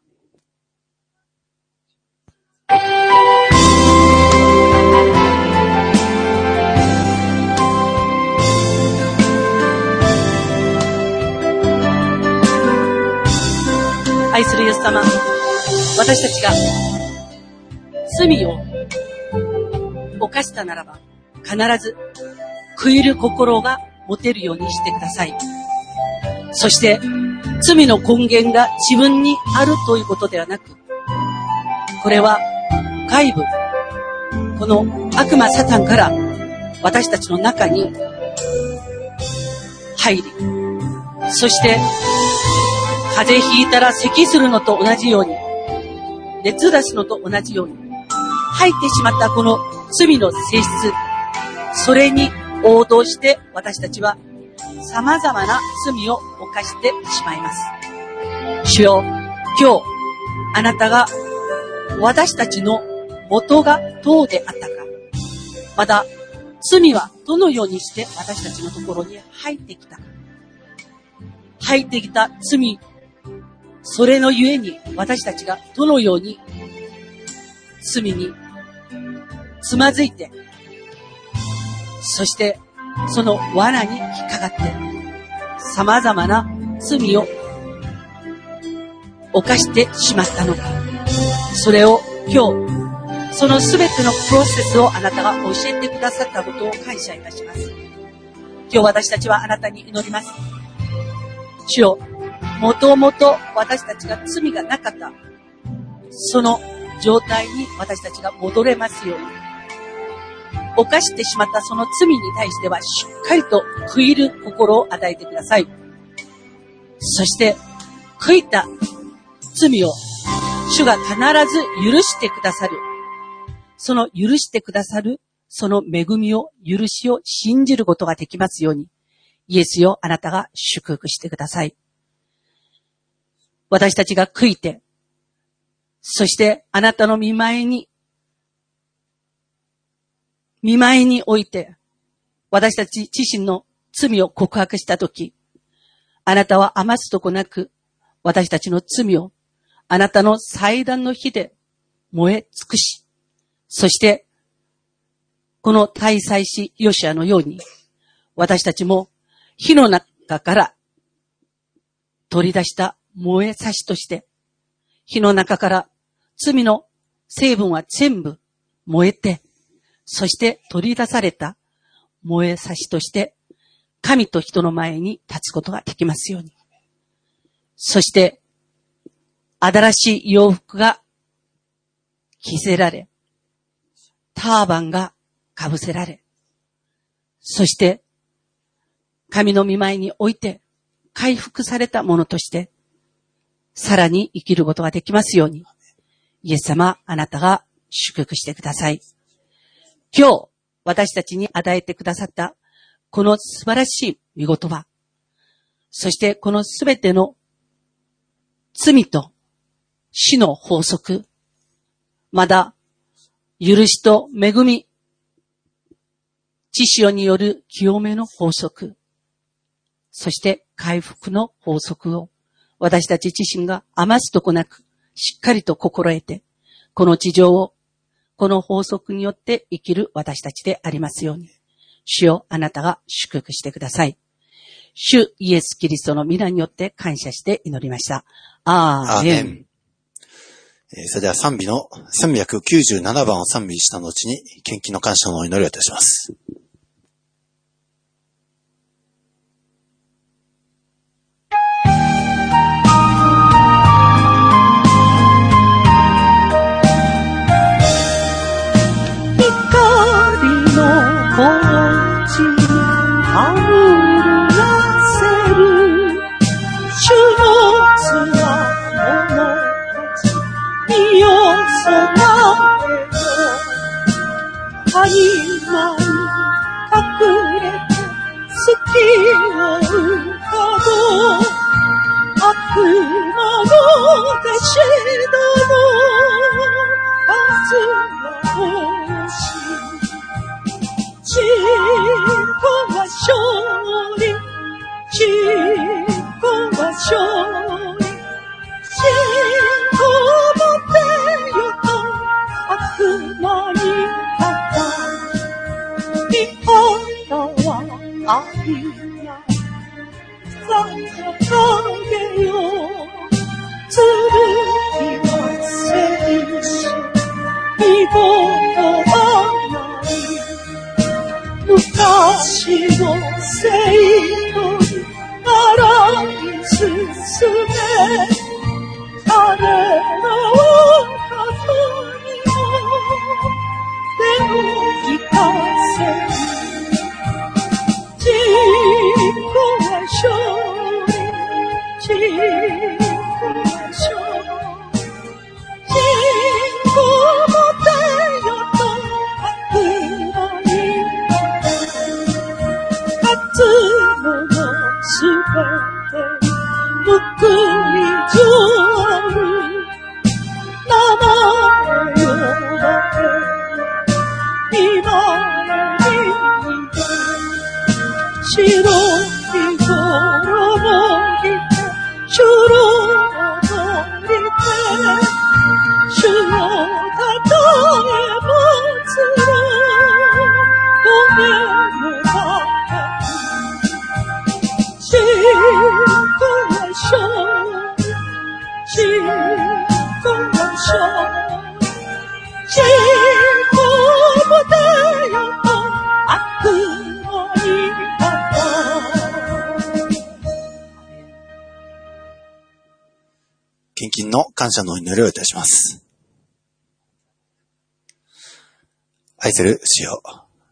愛するイエス様、私たちが罪を犯したならば、必ず悔いる心が持てるようにしてください。そして、罪の根源が自分にあるということではなく、これは外部、この悪魔サタンから私たちの中に入り、そして、風邪ひいたら咳するのと同じように、熱出すのと同じように、入ってしまったこの罪の性質、それに応答して私たちは様々な罪を犯してしまいます。主よ、今日、あなたが私たちの元がどうであったか、また罪はどのようにして私たちのところに入ってきたか、入ってきた罪、それのゆえに私たちがどのように罪につまずいて、そしてその罠に引っかかって様々な罪を犯してしまったのか、それを今日そのすべてのプロセスをあなたが教えてくださったことを感謝いたします。今日私たちはあなたに祈ります。主よ、もともと私たちが罪がなかったその状態に私たちが戻れますように、 犯してしまったその罪に対してはしっかりと悔いる心を与えてください。そして悔いた罪を主が必ず許してくださる。その許してくださるその恵みを許しを信じることができますように、イエスよ、あなたが祝福してください。私たちが悔いて、そしてあなたの見舞いにおいて、私たち自身の罪を告白したとき、あなたは余すとこなく、私たちの罪をあなたの祭壇の火で燃え尽くし、そして、この大祭司ヨシアのように、私たちも火の中から取り出した燃えさしとして、火の中から罪の成分は全部燃えて、そして取り出された燃えさしとして、神と人の前に立つことができますように。そして、新しい洋服が着せられ、ターバンがかぶせられ、そして、神の御前において回復されたものとして、さらに生きることができますように、イエス様、あなたが祝福してください。今日、私たちに与えてくださったこの素晴らしい御言葉、そしてこのすべての罪と死の法則、まだ許しと恵み、血潮による清めの法則、そして回復の法則を私たち自身が余すとこなくしっかりと心得て、この地上をこの法則によって生きる私たちでありますように、主よ、あなたが祝福してください。主イエスキリストの皆によって感謝して祈りました。アーメン。 それでは賛美の397番を賛美した後に献金の感謝のお祈りをいたします。献金の感謝のお祈りをいたします。愛する主よ、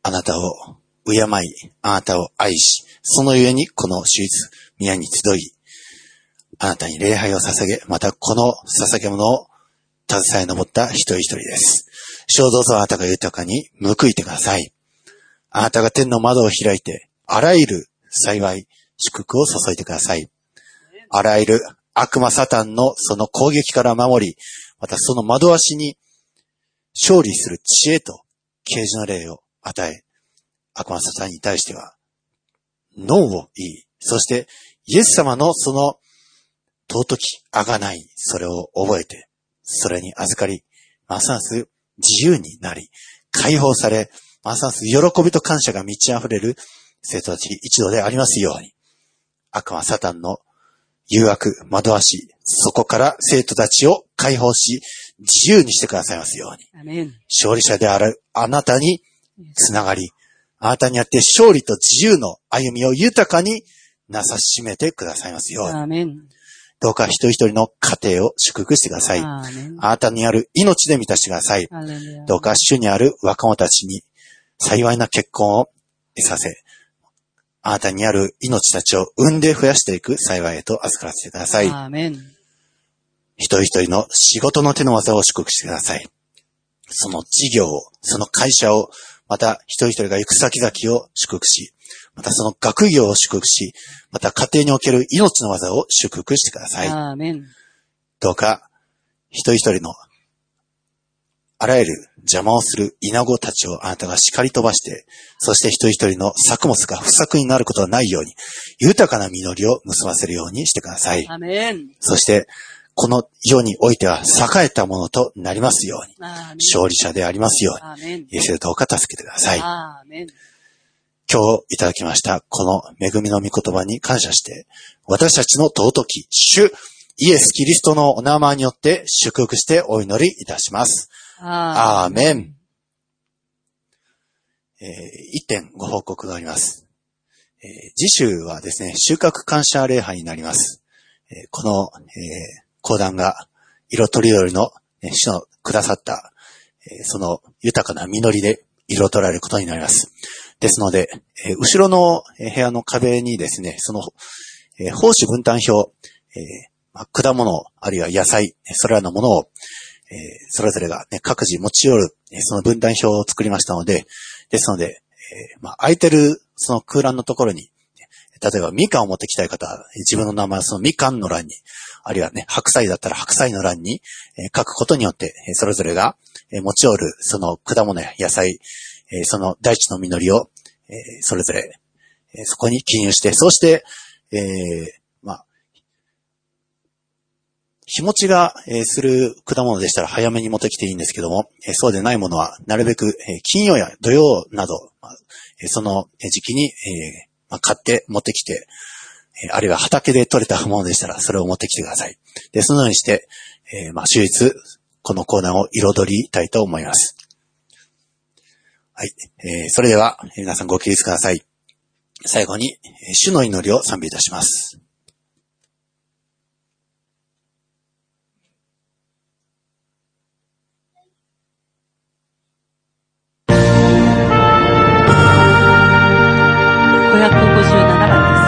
あなたを敬い、あなたを愛し、そのゆえにこの手術宮に集い、あなたに礼拝を捧げ、またこの捧げ物を携え上った一人一人です。主をどうぞあなたが豊かに報いてください。あなたが天の窓を開いて、あらゆる幸い、祝福を注いでください。あらゆる悪魔サタンのその攻撃から守り、またその惑わしに勝利する知恵と啓示の霊を与え、悪魔サタンに対しては、ノーを言い、そしてイエス様のその尊き贖い、それを覚えて、それに預かり、ますます自由になり、解放され、ますます喜びと感謝が満ち溢れる生徒たち一同でありますように、悪魔サタンの誘惑、惑わし、そこから生徒たちを解放し、自由にしてくださいますように。 アメン。 勝利者であるあなたにつながり、あなたにあって勝利と自由の歩みを豊かになさしめてくださいますように。 アメン。 どうか一人一人の家庭を祝福してください。あなたにある命で満たしてください。どうか主にある若者たちに幸いな結婚を得させ、あなたにある命たちを産んで増やしていく幸いへと預からせてください。 アメン。 一人一人の仕事の手の技を祝福してください。その事業を、その会社を、また一人一人が行く先々を祝福し、またその学業を祝福し、また家庭における命の技を祝福してください。 アーメン。 どうか一人一人のあらゆる邪魔をするイナゴたちをあなたが叱り飛ばして、そして一人一人の作物が不作になることはないように、豊かな実りを結ばせるようにしてください。 アーメン。 そしてこの世においては栄えたものとなりますように、勝利者でありますように、イエスよどうか助けてください。 アーメン。 今日いただきましたこの恵みの御言葉に感謝して、私たちの尊き主イエスキリストのお名前によって祝福してお祈りいたします。アーメン。一点ご報告があります。次週はですね、収穫感謝礼拝になります。この、講談が色とりどりの主のくださった、その豊かな実りで彩られることになります。ですので、後ろの部屋の壁にですね、その、奉仕分担表、果物、あるいは野菜、それらのものを、それぞれが、ね、各自持ち寄る、その分担表を作りましたので、ですので、空いてるその空欄のところに、例えばみかんを持ってきたい方は、自分の名前をそのみかんの欄に、あるいはね、白菜だったら白菜の欄に、書くことによって、それぞれが、持ち寄るその果物や野菜、その大地の実りを、それぞれ、そこに記入して、そうして、日持ちがする果物でしたら早めに持ってきていいんですけども、そうでないものはなるべく金曜や土曜など、その時期に買って持ってきて、あるいは畑で採れたものでしたらそれを持ってきてください。で、そのようにして、終日このコーナーを彩りたいと思います。はい。それでは皆さんご起立ください。最後に主の祈りを賛美いたします。 557番です。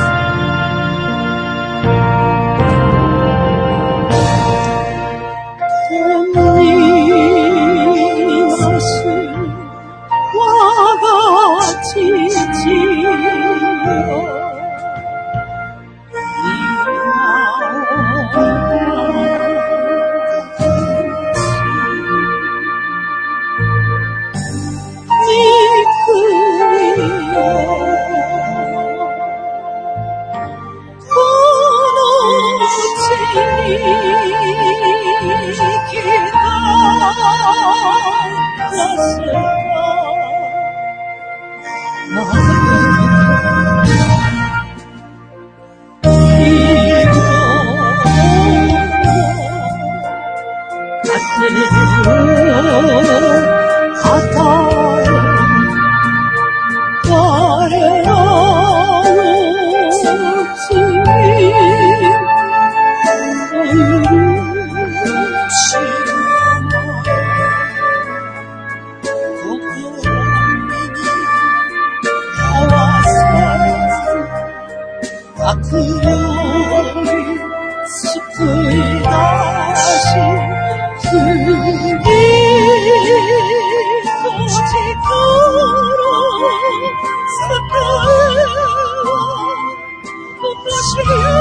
悪より救い出し、クリスト力救う私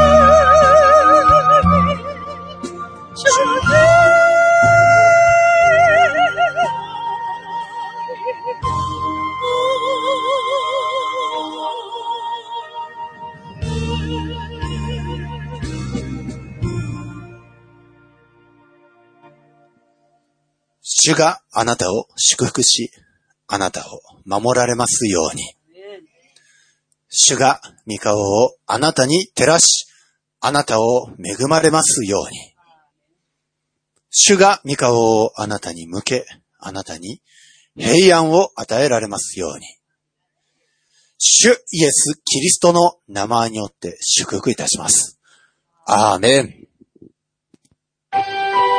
主があなたを祝福し、あなたを守られますように。主が御顔をあなたに照らし、あなたを恵まれますように。主が御顔をあなたに向け、あなたに平安を与えられますように。主イエス・キリストの名前によって祝福いたします。アーメン。